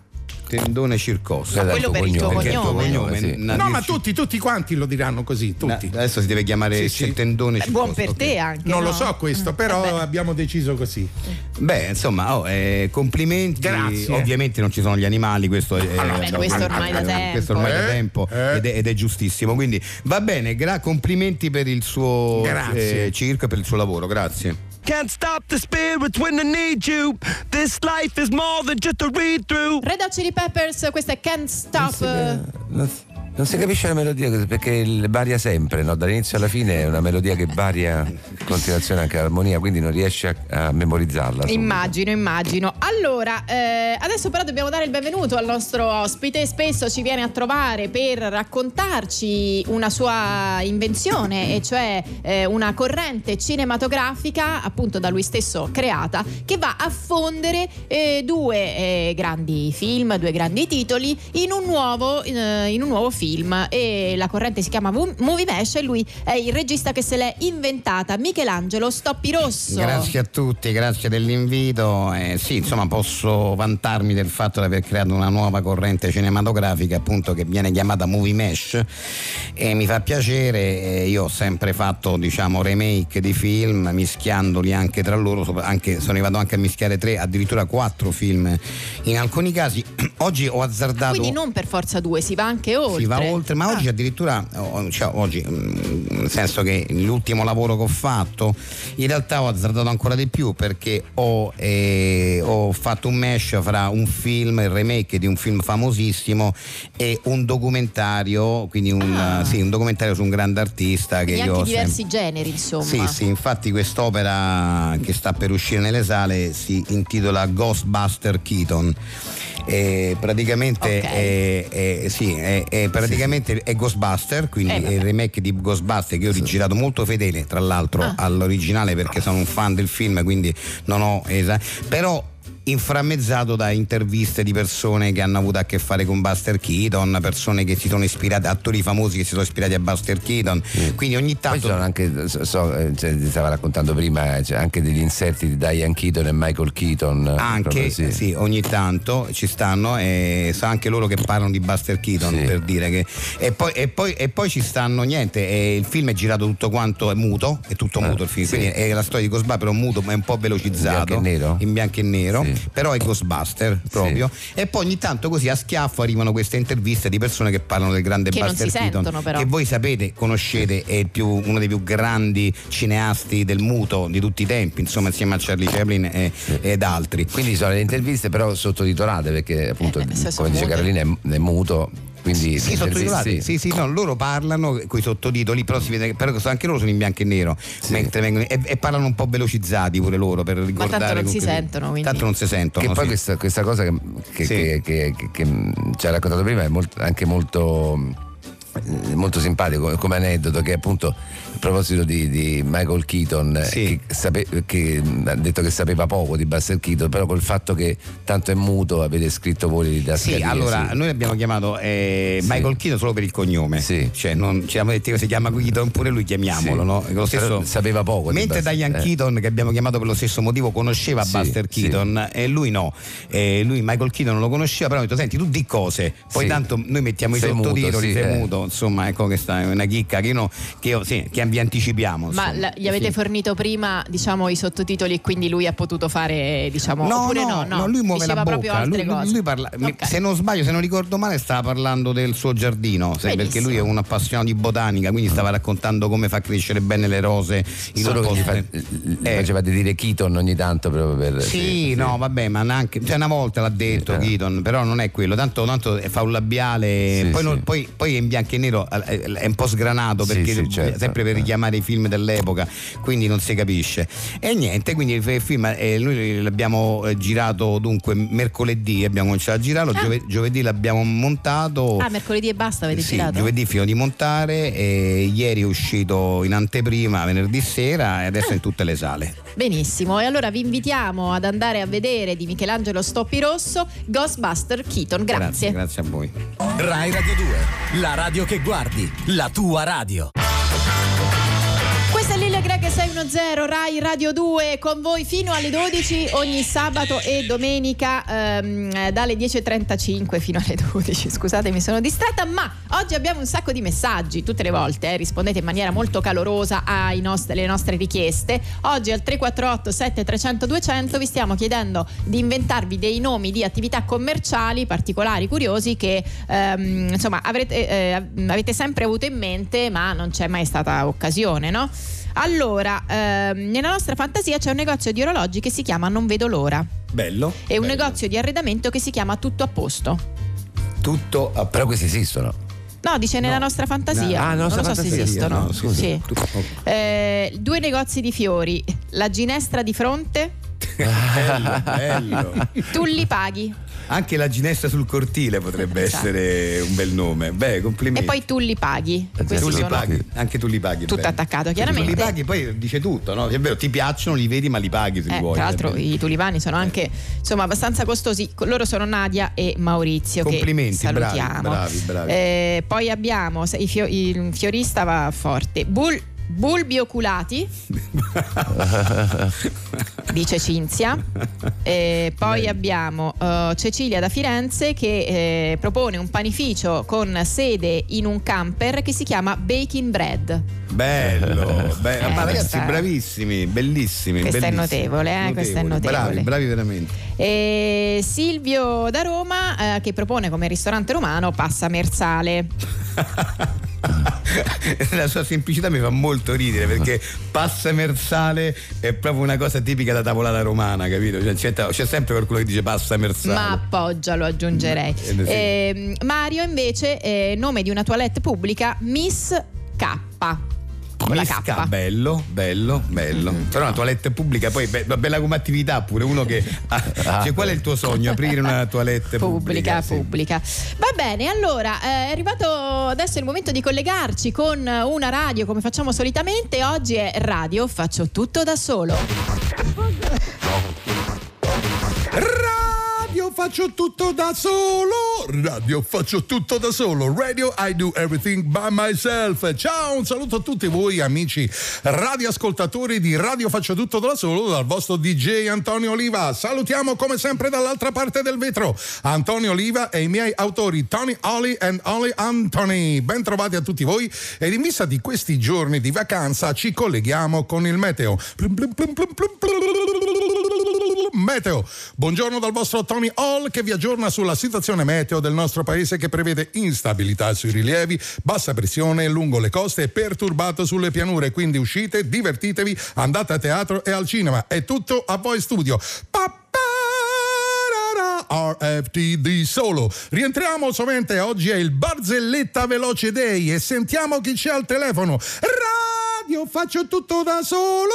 Tendone Circosso. Quello per il tuo Perché cognome. cognome Sì. na- No, ma dici- tutti, tutti quanti lo diranno così, tutti. na- adesso si deve chiamare Sì, sì. Tendone Beh, Circosso. buon per ok. te anche. Non lo no? so questo, però Eh beh. abbiamo deciso così. Beh, insomma, oh, eh, complimenti. Grazie. Ovviamente non ci sono gli animali, questo è, Ah, no, eh, beh, questo ormai da tempo. questo ormai da Eh, tempo eh. ed, è, ed è giustissimo. Quindi va bene, gra- complimenti per il suo Grazie. eh, circo e per il suo lavoro, grazie. Can't stop the spirits when I need you. This life is more than just a read through. Red Hot Chili Peppers, questa è Can't Stop. Non si, non si- non si capisce la melodia perché il- varia sempre, no? Dall'inizio alla fine è una melodia che varia in continuazione anche l'armonia, quindi non riesci a, a memorizzarla. subito. Immagino, immagino. Allora, eh, adesso però dobbiamo dare il benvenuto al nostro ospite. Spesso ci viene a trovare per raccontarci una sua invenzione, e cioè eh, una corrente cinematografica, appunto da lui stesso creata, che va a fondere eh, due eh, grandi film, due grandi titoli in un nuovo, eh, in un nuovo film. E la corrente si chiama Mo- Movie Mesh e lui è il regista che se l'è inventata, Michelangelo Stoppirosso. Grazie a tutti, grazie dell'invito. Eh, sì, insomma, posso vantarmi del fatto di aver creato una nuova corrente cinematografica, appunto, che viene chiamata Movie Mesh, e mi fa piacere. Eh, io ho sempre fatto, diciamo, remake di film, mischiandoli anche tra loro, sopra- anche, sono arrivato anche a mischiare tre, addirittura quattro film in alcuni casi. Oggi ho azzardato. Quindi non per forza due, si va anche oltre. Si va oltre, ma Ah. oggi addirittura, oh, cioè oggi, mm, nel senso che l'ultimo lavoro che ho fatto, in realtà ho azzardato ancora di più, perché ho, eh, ho fatto un mesh fra un film, il remake di un film famosissimo, e un documentario, quindi un, Ah. sì, un documentario su un grande artista che Quindi io anche ho diversi sempre- generi, insomma. Sì, sì, infatti quest'opera che sta per uscire nelle sale si intitola Ghostbuster Keaton. E praticamente Ok. è, è- sì, è, è praticamente è Ghostbuster, quindi Eh, è il remake di Ghostbuster, che io ho rigirato molto fedele, tra l'altro, Ah. all'originale, perché sono un fan del film, quindi non ho esa- però inframmezzato da interviste di persone che hanno avuto a che fare con Buster Keaton, persone che si sono ispirate, attori famosi che si sono ispirati a Buster Keaton, quindi ogni Poi tanto sono anche, so, so, eh, cioè, ti stava raccontando prima, cioè, anche degli inserti di Diane Keaton e Michael Keaton. eh, anche proprio, sì. sì, ogni tanto ci stanno, e sa anche loro che parlano di Buster Keaton, Sì. per dire che e poi, e poi, e poi ci stanno niente, e il film è girato tutto quanto, è muto, è tutto Ah, muto il film, sì. quindi è la storia di Ghostbuster, però muto, ma è un po' velocizzato, In bianco e nero? in bianco e nero, Sì. però è Ghostbuster proprio, e poi ogni tanto così a schiaffo arrivano queste interviste di persone che parlano del grande Che non Buster si Keaton, sentono, però. che voi sapete, conoscete, è il più, uno dei più grandi cineasti del muto di tutti i tempi, insomma, insieme a Charlie Chaplin e, ed altri. Quindi sono le interviste però sottotitolate, perché appunto, Eh, beh, se sono come dice mute. Carolina, è, è muto. Quindi Sì, sottotitolati, sì, sì, no, loro parlano con i sottotitoli, però si vede che però anche loro sono in bianco e nero, mentre vengono, e, e parlano un po' velocizzati pure loro, per ricordare. tanto non con si che- sentono, quindi. Tanto non si sentono. Che poi sì. questa, questa cosa che, che, Sì. che, che, che- che ci ha raccontato prima è molto- anche molto eh, molto simpatico come aneddoto, che appunto a proposito di, di Michael Keaton, Sì. che, sape- che ha detto che sapeva poco di Buster Keaton, però col fatto che tanto è muto avete scritto voi da Sì, scadire, allora sì. noi abbiamo chiamato eh, Sì. Michael Keaton solo per il cognome, Sì. cioè non ci siamo detti che si chiama Keaton, pure lui chiamiamolo, Sì. no? Lo stesso, Però sapeva poco di mentre Buster- Diane eh. Keaton, che abbiamo chiamato per lo stesso motivo, conosceva Sì, Buster sì. Keaton, e lui no, e lui Michael Keaton non lo conosceva, però ha detto senti tu di cose, poi Sì. tanto noi mettiamo i Sei muto, sottotitoli, sì, sei eh. muto, insomma, ecco, questa è una chicca che io, no- che, io sì, che vi anticipiamo. Ma insomma. la- gli avete Sì. fornito prima, diciamo, i sottotitoli e quindi lui ha potuto fare, diciamo, No, oppure no, no, no, lui muove diceva la proprio bocca. altre Lui, cose. lui parla, mi- Ok. se non sbaglio, se non ricordo male, stava parlando del suo giardino, sai, perché Benissimo. lui è un appassionato di botanica, quindi stava raccontando come fa crescere bene le rose. in Solo un che gli, fa, posto- gli Eh. facevate dire Keaton ogni tanto proprio per Sì, no, vabbè, ma neanche, cioè una volta l'ha detto Sì, eh. Keaton, però non è quello, tanto, tanto fa un labiale, Sì, poi, non- sì. poi, poi è in bianco e nero, eh, è un po' sgranato, Sì, perché sì, certo. sempre per richiamare i film dell'epoca, quindi non si capisce. E niente, quindi il film eh, noi l'abbiamo eh, girato dunque mercoledì, abbiamo cominciato a girarlo, Ah. giove- giovedì l'abbiamo montato. Ah, mercoledì e basta avete Sì, girato? giovedì fino di montare, e ieri è uscito in anteprima venerdì sera, e adesso è in tutte le sale. Benissimo, e allora vi invitiamo ad andare a vedere di Michelangelo Stoppirosso Ghostbuster Keaton. Grazie. Grazie, grazie a voi. Rai Radio due, la radio che guardi, la tua radio. Questa è Lille Greg sei uno zero Rai Radio due con voi fino alle dodici ogni sabato e domenica ehm, dalle dieci e trentacinque fino alle dodici. Scusate, mi sono distratta, ma oggi abbiamo un sacco di messaggi, tutte le volte eh, rispondete in maniera molto calorosa alle nostre, nostre richieste. Oggi al tre quattro otto sette tre zero zero due zero zero vi stiamo chiedendo di inventarvi dei nomi di attività commerciali particolari, curiosi, che ehm, insomma avrete, eh, avete sempre avuto in mente ma non c'è mai stata occasione, no? Allora, ehm, nella nostra fantasia c'è un negozio di orologi che si chiama Non Vedo L'Ora. Bello. E un bello. negozio di arredamento che si chiama Tutto a Posto. Tutto a... Però questi esistono. No, dice nella No. nostra fantasia. Ah, non nostra lo so fantasia, se esistono. no, scusi. Sì. Tutto- oh. Eh, due negozi di fiori, la ginestra di fronte, bello, bello. tu li paghi. Anche la ginestra sul cortile potrebbe Esatto. essere un bel nome. Beh, complimenti. E poi tu li paghi. Eh, Questi tu li sono paghi, anche tu li paghi. tutto bene. attaccato, Tu chiaramente. li paghi, poi dice tutto, no? È vero, ti piacciono, li vedi, ma li paghi se li Eh, vuoi. tra l'altro è vero. i tulipani sono anche insomma abbastanza costosi. Loro sono Nadia e Maurizio, Complimenti, che salutiamo. bravi, bravi, bravi. Eh, poi abbiamo se- i fio- il fiorista va forte. Bul- bulbi oculati, dice Cinzia. E poi Bene. abbiamo uh, Cecilia da Firenze che eh, propone un panificio con sede in un camper che si chiama Baking Bread. Bello, bello. Eh, ma ragazzi, questa- bravissimi, bellissimi. Questa è bellissimi. notevole, eh, questa è notevole. Bravi, bravi veramente. E Silvio da Roma eh, che propone come ristorante romano Passa Mersale. La sua semplicità mi fa molto ridere, perché passa mersale è proprio una cosa tipica da tavolata romana, capito? Cioè, c'è, c'è sempre qualcuno che dice passa mersale. Ma appoggia, lo aggiungerei. Eh, sì. Eh, Mario invece eh, nome di una toilette pubblica Miss K. Con la Misca, K. bello, bello, bello. Mm-hmm. Però una toilette pubblica, poi be- bella come attività pure, uno che ah, cioè, qual è il tuo sogno? Aprire una toilette pubblica? Pubblica, sì. pubblica. Va bene, allora eh, è arrivato adesso il momento di collegarci con una radio come facciamo solitamente. Oggi è Radio Faccio Tutto da Solo. Radio faccio tutto da solo. Radio faccio tutto da solo. Radio I do everything by myself. Ciao, un saluto a tutti voi amici radioascoltatori di Radio Faccio Tutto da Solo dal vostro D J Antonio Oliva. Salutiamo come sempre dall'altra parte del vetro Antonio Oliva e i miei autori Tony Oli and Oli Anthony. Ben trovati a tutti voi ed in vista di questi giorni di vacanza ci colleghiamo con il meteo. Meteo. Buongiorno dal vostro Tony Hall che vi aggiorna sulla situazione meteo del nostro paese, che prevede instabilità sui rilievi, bassa pressione lungo le coste e perturbato sulle pianure. Quindi uscite, divertitevi, andate a teatro e al cinema. È tutto a voi studio. R F T D solo. Rientriamo sovente, oggi è il Barzelletta Veloce Day e sentiamo chi c'è al telefono. Radio Faccio Tutto da Solo.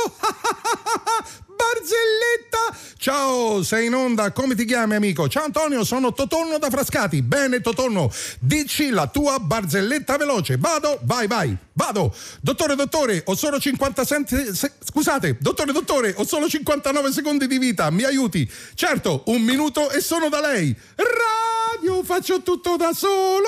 Barzelletta. Ciao, sei in onda, come ti chiami amico? Ciao Antonio, sono Totonno da Frascati. Bene Totonno, dici la tua barzelletta veloce. Vado, vai vai, vado. Dottore, dottore, ho solo cinquantasette se, scusate, dottore, dottore, ho solo cinquantanove secondi di vita, mi aiuti? Certo, un minuto e sono da lei. Radio Faccio Tutto da Solo.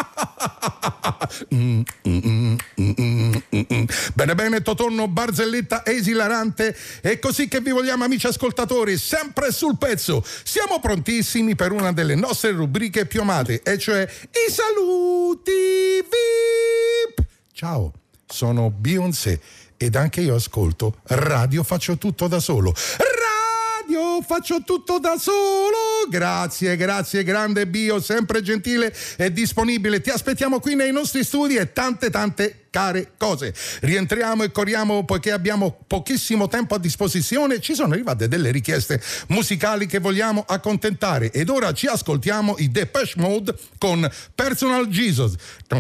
mm, mm, mm, mm, mm, mm. Bene bene Totonno, barzelletta esilarante. È così che vi vogliamo amici ascoltatori, sempre sul pezzo. Siamo prontissimi per una delle nostre rubriche più amate, e cioè i saluti V I P. Ciao, sono Beyoncé ed anche io ascolto Radio Faccio Tutto da Solo. Radio Faccio Tutto da Solo. Grazie, grazie grande Bio, sempre gentile e disponibile. Ti aspettiamo qui nei nostri studi e tante tante care cose. Rientriamo e corriamo poiché abbiamo pochissimo tempo a disposizione. Ci sono arrivate delle richieste musicali che vogliamo accontentare ed ora ci ascoltiamo i Depeche Mode con Personal Jesus.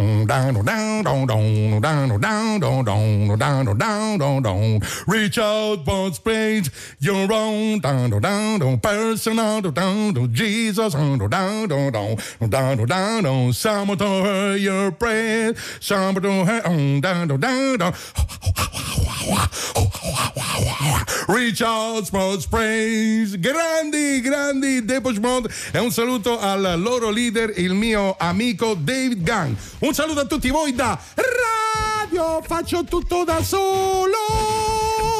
Reach out, but space your own personal Jesus. Some to hear your prayer, some to hear down, down, down, down. Reach out, Sports Praise. Grandi, grandi Depeche Mode. E un saluto al loro leader, il mio amico David Gang. Un saluto a tutti voi da Radio Faccio Tutto da Solo.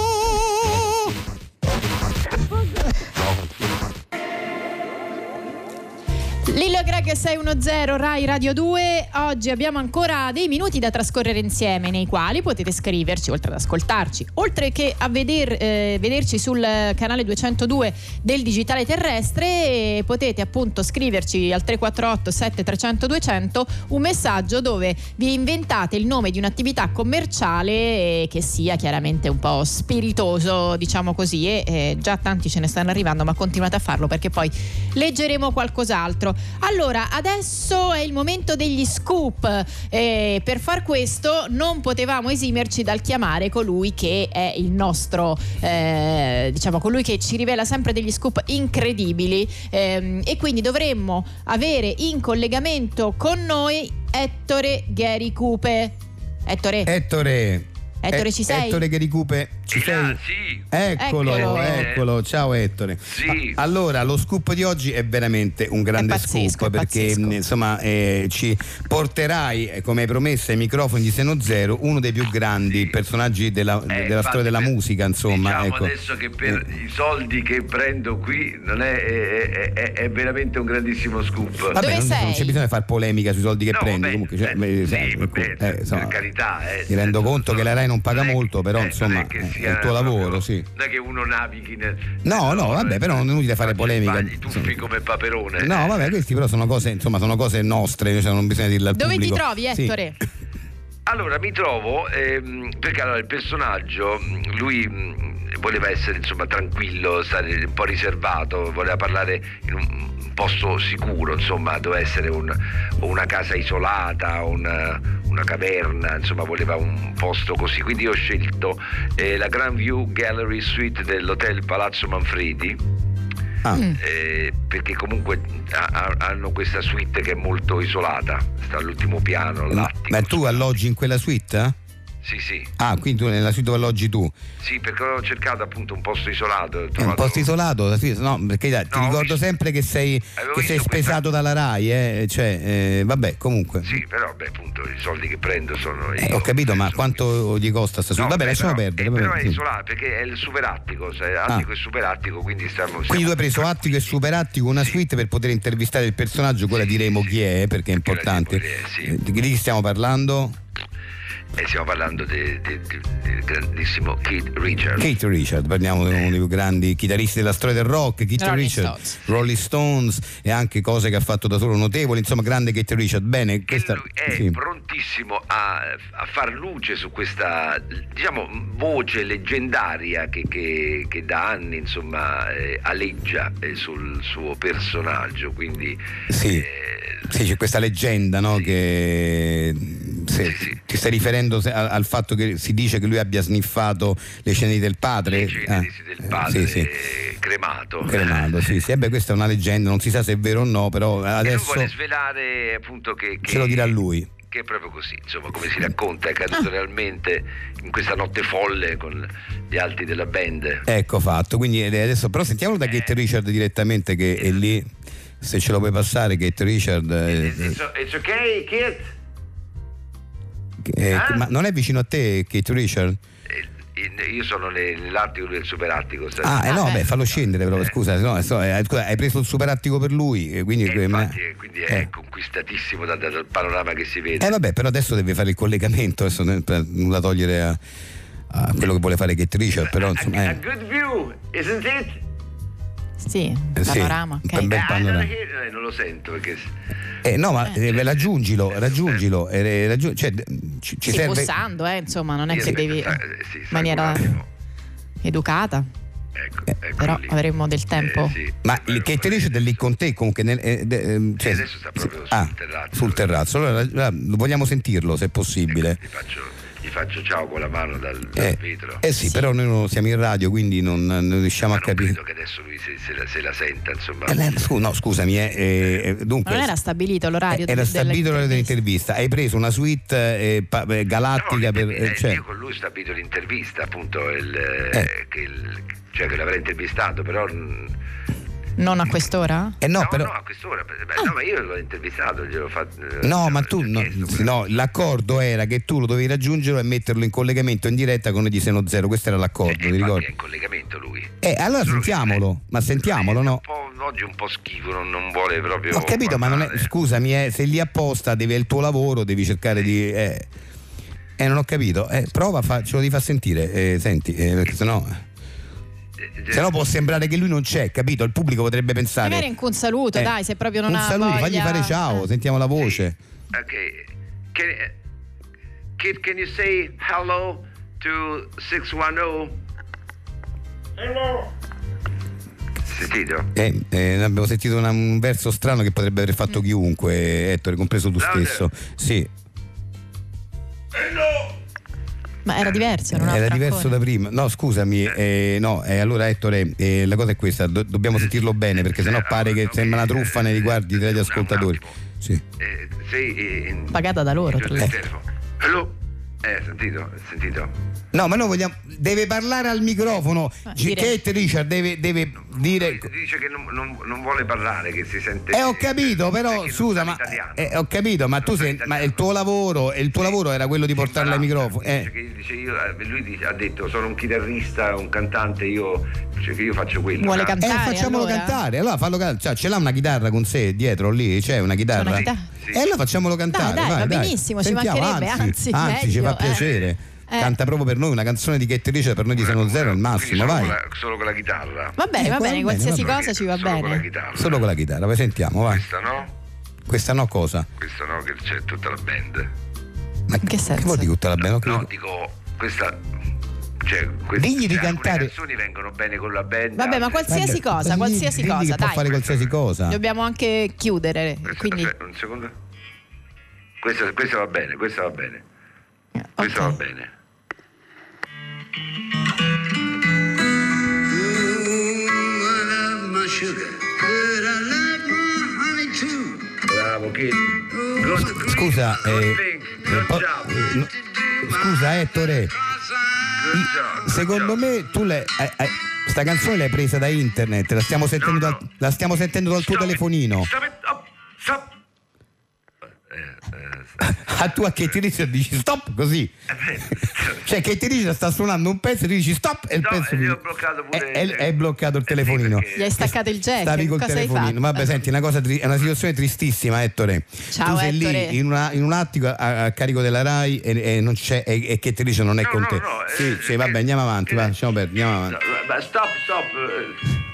Lillo e Greg sei uno zero Rai Radio due. Oggi abbiamo ancora dei minuti da trascorrere insieme, nei quali potete scriverci, oltre ad ascoltarci, oltre che a veder, eh, vederci sul canale duecentodue del digitale terrestre, potete appunto scriverci al tre quattro otto sette tre zero zero due zero zero un messaggio dove vi inventate il nome di un'attività commerciale che sia chiaramente un po' spiritoso, diciamo così, e eh, già tanti ce ne stanno arrivando, ma continuate a farlo perché poi leggeremo qualcos'altro. Allora, adesso è il momento degli scoop. Eh, per far questo non potevamo esimerci dal chiamare colui che è il nostro, eh, diciamo, colui che ci rivela sempre degli scoop incredibili, eh, e quindi dovremmo avere in collegamento con noi Ettore Ghericupe. Ettore. Ettore. Ettore, ci sei? Ettore Ghericupe, ci sei? Ah, sì. Eccolo, Eccolo. eccolo, ciao Ettore. Sì. Allora, lo scoop di oggi è veramente un grande È pazzesco, scoop, è perché pazzesco. insomma eh, ci porterai, eh, come hai promesso, ai microfoni di Seno Zero, uno dei più grandi Sì. personaggi della, Eh, della infatti, storia della per- musica, insomma. Diciamo Ecco. adesso che per Eh. i soldi che prendo qui non è, è, è- è veramente un grandissimo scoop. Dove Vabbè, non, sei? non c'è bisogno di fare polemica sui soldi che No, prendi. vabbè, Comunque, cioè, eh, beh, sì, sai, vabbè, eh, insomma, per carità, eh, mi rendo conto che la Rai non paga non è- molto, però eh, insomma non è, che eh, sia è il tuo lavoro, proprio- sì. Non è che uno navighi nel, No, nel- no, vabbè, però non è inutile fare Infatti polemica. sbagli, tuffi come Paperone. No, eh. vabbè, questi però sono cose, insomma, sono cose nostre, cioè non bisogna dirle al Dove ti pubblico. trovi, Sì. Ettore? Allora mi trovo ehm, perché allora il personaggio, mh, lui mh, voleva essere insomma tranquillo, stare un po' riservato, voleva parlare in un posto sicuro, insomma, doveva essere un, una casa isolata, una, una caverna, insomma, voleva un posto così. Quindi io ho scelto eh, la Grand View Gallery Suite dell'Hotel Palazzo Manfredi. Ah. Eh, perché comunque ha- ha- hanno questa suite che è molto isolata, sta all'ultimo piano, Ma, l'attico. ma tu alloggi in quella suite? eh? Sì, sì. Ah, quindi tu nella suite dove alloggi tu? Sì, perché ho cercato appunto un posto isolato. ho È un trovato- posto isolato? Sì, no, perché dai, ti No, ho ricordo visto- sempre che sei, Avevo che sei visto spesato questa- dalla Rai, eh? Cioè, eh, vabbè, comunque. Sì, però beh, appunto i soldi che prendo sono Eh, io, ho capito, ma insomma. quanto gli costa sta suite? No, Vabbè, beh, lasciamo però, perdere. eh, vabbè, però è sì. isolato perché è il superattico, sai, attico e superattico, quindi stiamo Quindi tu hai preso attico e superattico una suite per poter intervistare il personaggio, quella Sì, diremo sì, chi è, perché è quella importante. diremo chi è, sì. Eh, Di chi stiamo parlando? Eh, stiamo parlando del grandissimo Keith Richards. Keith Richards, parliamo di uno dei più grandi chitarristi della storia del rock, Keith Rolling Richards, Stones. Rolling Stones, e anche cose che ha fatto da solo notevoli, insomma, grande Keith Richards. Bene, Che questa lui è sì. prontissimo a, a far luce su questa, diciamo, voce leggendaria che, che- che da anni insomma eh, aleggia eh, sul suo personaggio, quindi Sì. eh, Sì, c'è questa leggenda, no? Sì. Che se, Sì, sì. ti stai riferendo se- al, al fatto che si dice che lui abbia sniffato le ceneri del padre? le ceneri Ah, del eh, padre sì, sì. cremato. Cremato, sì, sì. Eh beh, questa è una leggenda, non si sa se è vero o no, però E lui adesso vuole svelare appunto che, che ce lo dirà lui. che è proprio così, insomma, come si racconta, è accaduto realmente in questa notte folle con gli altri della band. Ecco fatto, quindi eh, adesso però sentiamolo da Keith Richards direttamente, che è lì, se ce lo puoi passare Keith Richards. eh, It's, it's okay, Keith? eh, Ah? Ma non è vicino a te Keith Richards? Eh, in- Io sono nel- nell'attico del superattico. sai? Ah, eh no, beh. beh, fallo scendere però, scusa, no, so, eh, scusa, hai preso il superattico per lui, e quindi, E eh, ma- infatti, eh, quindi è eh. conquistatissimo da- da- dal panorama che si vede. Eh vabbè, però adesso deve fare il collegamento, adesso ne- per nulla togliere a, a quello che vuole fare Keith Richards, però A, insomma, a eh, good view, isn't it? Sì, Eh, sì, panorama. ok. un bel Eh, I panorama. don't hear- eh, non lo sento perché Eh, no, ma eh, raggiungilo, raggiungilo, eh, raggiung- cioè, ci, ci Sì, serve. bussando, eh, insomma, non è Io che aspetta, devi sta- in eh, sì, salgo maniera un attimo. educata, Ecco, Eh, ecco però lì. avremo del tempo. Eh, sì. Ma Bello, il Keith bello. Richards è lì con te comunque nel, eh, de- ehm, cioè, Sì, adesso sta proprio ah, sul terrazzo. sul terrazzo. Allora, allora, vogliamo sentirlo se è possibile. Gli faccio, gli faccio ciao con la mano dal, dal Eh, vetro. eh sì, però noi non siamo in radio, quindi non, non riusciamo Ma a non capire. credo che adesso lui se, se la, se la senta, insomma. Eh, beh, scu- no, scusami, eh, eh, Ma dunque. non era stabilito l'orario Era del- stabilito l'orario dell'intervista. Hai preso una suite eh, pa- eh, galattica No, per. eh, eh, cioè, io con lui ho stabilito l'intervista, appunto, il, Eh. che il- cioè che l'avrei intervistato, però mm, Non a quest'ora? eh no, no, però. no, a quest'ora, beh, no, ma io l'ho intervistato, gliel'ho fatto. No, eh, ma gli ho tu no, chiesto, sì, no, l'accordo era che tu lo dovevi raggiungerlo e metterlo in collegamento in diretta con il Seno Zero. Questo era l'accordo, Eh, ti infatti ricordi? è in collegamento lui. Eh, allora Solo che- sentiamolo, ma sentiamolo, è no? Un po', oggi un po' schifo, non, non vuole proprio. Ho capito, parlare. ma non è, scusami, eh, se lì apposta devi è il tuo lavoro, devi cercare di. Eh, eh non ho capito. Eh, prova, fa, ce lo devi far sentire, eh, senti, eh, perché sennò. Se no può sembrare che lui non c'è, capito? Il pubblico potrebbe pensare. Magari anche un saluto, eh, dai, se proprio non un ha saluto, voglia. fagli fare ciao, eh. sentiamo la voce. Ok. Can, can, can you say hello to six one zero? Hello. Sentito? Eh, eh, abbiamo sentito una, un verso strano che potrebbe aver fatto chiunque, Ettore, compreso tu Louder. stesso. Sì. Hello. Ma era diverso, era un Era altro diverso ancora. da prima. No, scusami, eh, no, eh, allora Ettore, eh, la cosa è questa, do- dobbiamo sentirlo bene perché sennò pare che sembra una truffa nei riguardi degli ascoltatori. Sì. Eh, sei in, Pagata da loro, in tra l'altro. telefono. Hello? Eh, sentito? Sentito? No, ma noi vogliamo. Deve parlare al microfono. Ah, G- direi. Kate Richard deve, deve dire. Dice che non, non, non vuole parlare, che si sente. Eh, ho capito, però perché non scusa, sa ma l'italiano. eh, ho capito, ma Non tu sa sei. l'italiano. Ma il tuo lavoro, il tuo lavoro era quello di portarla ai microfoni. Dice Eh. che- dice io, eh, lui dice- ha detto sono un chitarrista, un cantante, io, cioè che io faccio quello. Vuole no? Eh, cantare, facciamolo allora? cantare, allora fallo cantare. Cioè, ce l'ha una chitarra con sé dietro lì? C'è una chitarra? C'è una chitarra? E allora facciamolo cantare. Dai, dai, vai, va benissimo, ci Sentiamo, mancherebbe, anzi, anzi ci meglio, fa eh. piacere. Eh. Canta proprio per noi una canzone di Kate Richard, per noi di Seno Zero è il massimo, Quindi solo vai. Con la, solo con la chitarra. Va bene, Eh, va va bene, bene, qualsiasi va cosa ci va Solo con la bene. chitarra. Solo con la chitarra, poi sentiamo, vai. Questa no? Questa no cosa? Questa no, che c'è tutta la band. Ma In che senso? vuol dire tutta la band? No, dico, questa. Cioè, queste, Digli di alcune cantare- canzoni vengono bene con la band. Vabbè, ma altre- qualsiasi Vabbè, cosa, digli- qualsiasi digli cosa, che può dai. fare qualsiasi cosa. Dobbiamo anche chiudere, Questa- quindi aspetta, un secondo. Questa, questa va bene, questa va bene. Questa ok. va bene. Bravo, Kid. Good, Scusa, good eh, thing. eh, Good po- job. eh, no- scusa Ettore, Good job. secondo me tu l'hai, eh, eh, sta canzone l'hai presa da internet, la stiamo sentendo, No, no. dal, la stiamo sentendo dal tuo Stop it. telefonino. Stop it. Up. Stop. Eh, eh, A tu a Kate Richard dici stop così. Cioè Kate Richard sta suonando un pezzo e tu dici stop e il No, pezzo e gli finisce. ho bloccato pure- è, è- è bloccato il Eh sì, telefonino. perché- Gli hai staccato il jack. Stavi col Cosa hai telefonino. fatto? Vabbè, senti, una cosa tri- è una situazione tristissima, Ettore. Ciao, tu sei Ettore. lì in, una- in un attico a, a carico della Rai e, e non c'è e, e Kate Richard non è No, con no, te. no, sì, eh, sì, vabbè, che- andiamo avanti, che- va, lasciamo perdere, andiamo avanti. No, beh, stop, stop. eh.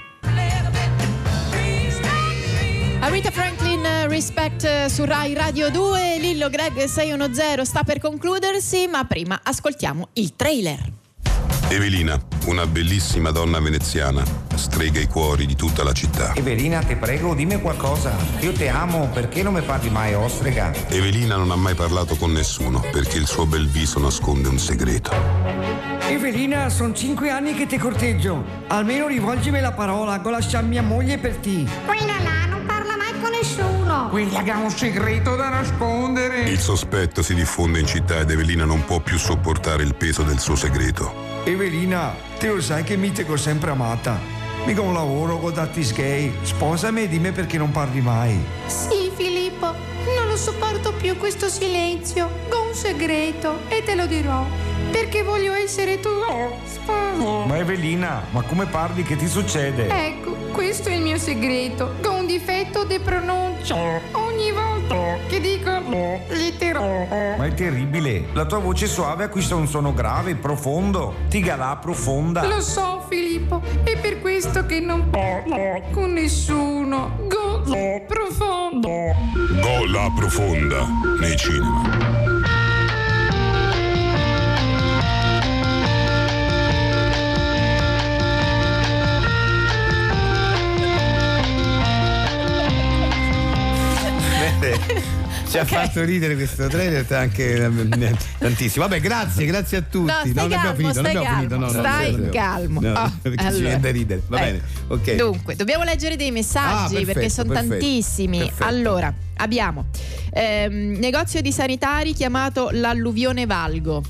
Aretha Franklin, eh, Respect eh, su Rai Radio due, Lillo Greg sei uno zero sta per concludersi, ma prima ascoltiamo il trailer. Evelina, una bellissima donna veneziana, strega i cuori di tutta la città. Evelina, ti prego, dimmi qualcosa. Io ti amo, perché non mi parli mai, ostrega? Evelina non ha mai parlato con nessuno perché il suo bel viso nasconde un segreto. Evelina, sono cinque anni che ti corteggio. Almeno rivolgimi la parola, con lascia mia moglie per te. Quella là non parla mai con nessuno. Quella che ha un segreto da nascondere. Il sospetto si diffonde in città ed Evelina non può più sopportare il peso del suo segreto. Evelina, te lo sai che mi te ho sempre amata. Mica un lavoro con dati gay. Sposami e dimmi perché non parli mai. Sì, Filippo, non lo sopporto più questo silenzio. Ho un segreto e te lo dirò. Perché voglio essere tua sposa. Ma Evelina, ma come parli? Che ti succede? Ecco, questo è il mio segreto. Ho un difetto di pronuncia. Ogni volta che dico no, gli tiro. Ma è terribile. La tua voce suave acquista un suono grave, profondo. Ti galà profonda. Lo so, Filippo, è per questo che non parlo con nessuno. Go profondo. Go la profonda nei cinema. Ci ha fatto ridere questo trailer anche eh, tantissimo. Vabbè, grazie, grazie a tutti. No, stai non abbiamo calmo, finito, non stai abbiamo finito. No, calmo, no, stai no, no, no. calmo. No, Oh, perché ci allora. viene da ridere. Va Eh, bene, ok. Dunque, dobbiamo leggere dei messaggi Ah, perfetto, perché sono perfetto, tantissimi. perfetto. Allora, abbiamo ehm, negozio di sanitari chiamato l'Alluvione Valgo.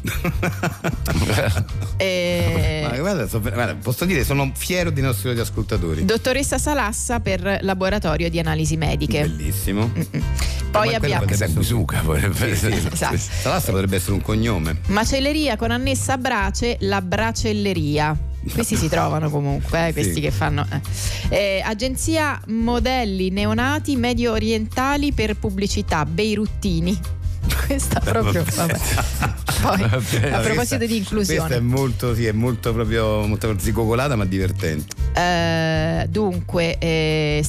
Eh, Ma guarda, so- guarda, posso dire, sono fiero dei nostri ascoltatori. Dottoressa Salassa per laboratorio di analisi mediche. Bellissimo. Poi abbiamo Che Sanguisuca potrebbe Sì, sì. Esatto. Salassa potrebbe essere un cognome. macelleria con annessa brace, la bracelleria. Questi si trovano comunque, eh, questi Sì. che fanno. Eh. Eh, agenzia modelli neonati medio orientali per pubblicità, beiruttini. Questa proprio. Vabbè. Poi, Vabbè, a proposito questa, di inclusione. Questa è molto, sì, è molto proprio molto zigocolata ma divertente. Eh, dunque, eh,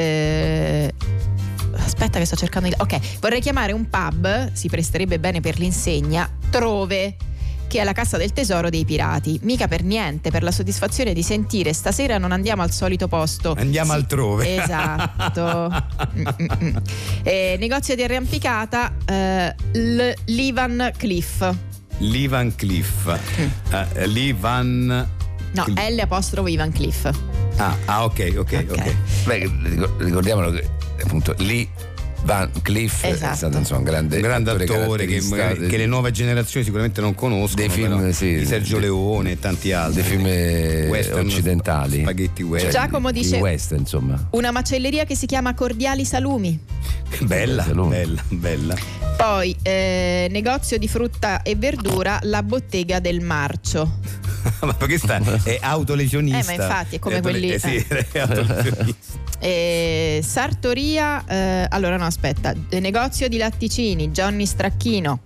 eh, aspetta che sto cercando di. Ok, vorrei chiamare un pub, si presterebbe bene per l'insegna, Trove, che è la cassa del tesoro dei pirati. Mica per niente, per la soddisfazione di sentire stasera non andiamo al solito posto. Andiamo Sì, altrove. Esatto. Mm-mm. Eh, negozio di arrampicata, eh, l- l'Ivan Cliff. L'Ivan Cliff. Uh, L'Ivan. No, L apostrofo Ivan Cliff. Ah, ah, ok, ok, ok. Beh, ricordiamolo che appunto lì Van Cliff Esatto. è stato insomma, un grande, Un grande attore che, caratterista magari- de- che le nuove generazioni sicuramente non conoscono. dei film, però, sì, di Sergio de- Leone e tanti altri. dei film eh, Western, occidentali, spaghetti western. Giacomo i dice western, insomma. una macelleria che si chiama Cordiali Salumi. Bella, Salumi. bella, bella. Poi eh, negozio di frutta e verdura, la bottega del Marcio. Ma perché sta? È autolesionista. Eh, ma infatti è come autole- quelli- eh, sì, eh. è autolesionista. Eh, sartoria, eh, allora no aspetta, eh, negozio di latticini, Johnny Stracchino.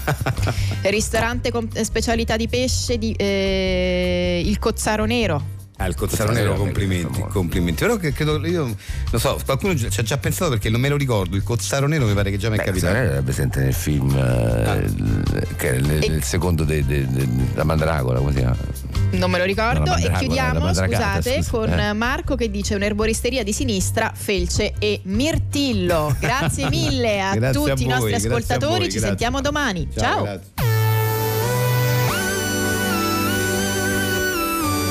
Ristorante con eh, specialità di pesce, di, eh, il Cozzaro Nero. Ah, il Cozzaro Nero, complimenti, complimenti. Però che credo, io lo so, qualcuno ci ha già pensato perché non me lo ricordo. Il Cozzaro Nero mi pare che già mi è capitato. Cozzaro Nero era presente nel film eh, Ah. il- che è nel, nel secondo de, de, de, la Mandragola, come si chiama? Non me lo ricordo. No, la E Mandragola, la chiudiamo, Mandragata, scusate, scusa. con Eh. Marco che dice un'erboristeria di sinistra, felce e mirtillo. Grazie mille a Grazie tutti a i voi, nostri grazie a ascoltatori. voi, Ci grazie. sentiamo domani. Ciao, Ciao. grazie.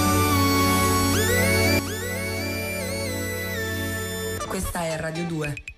Questa è Radio due.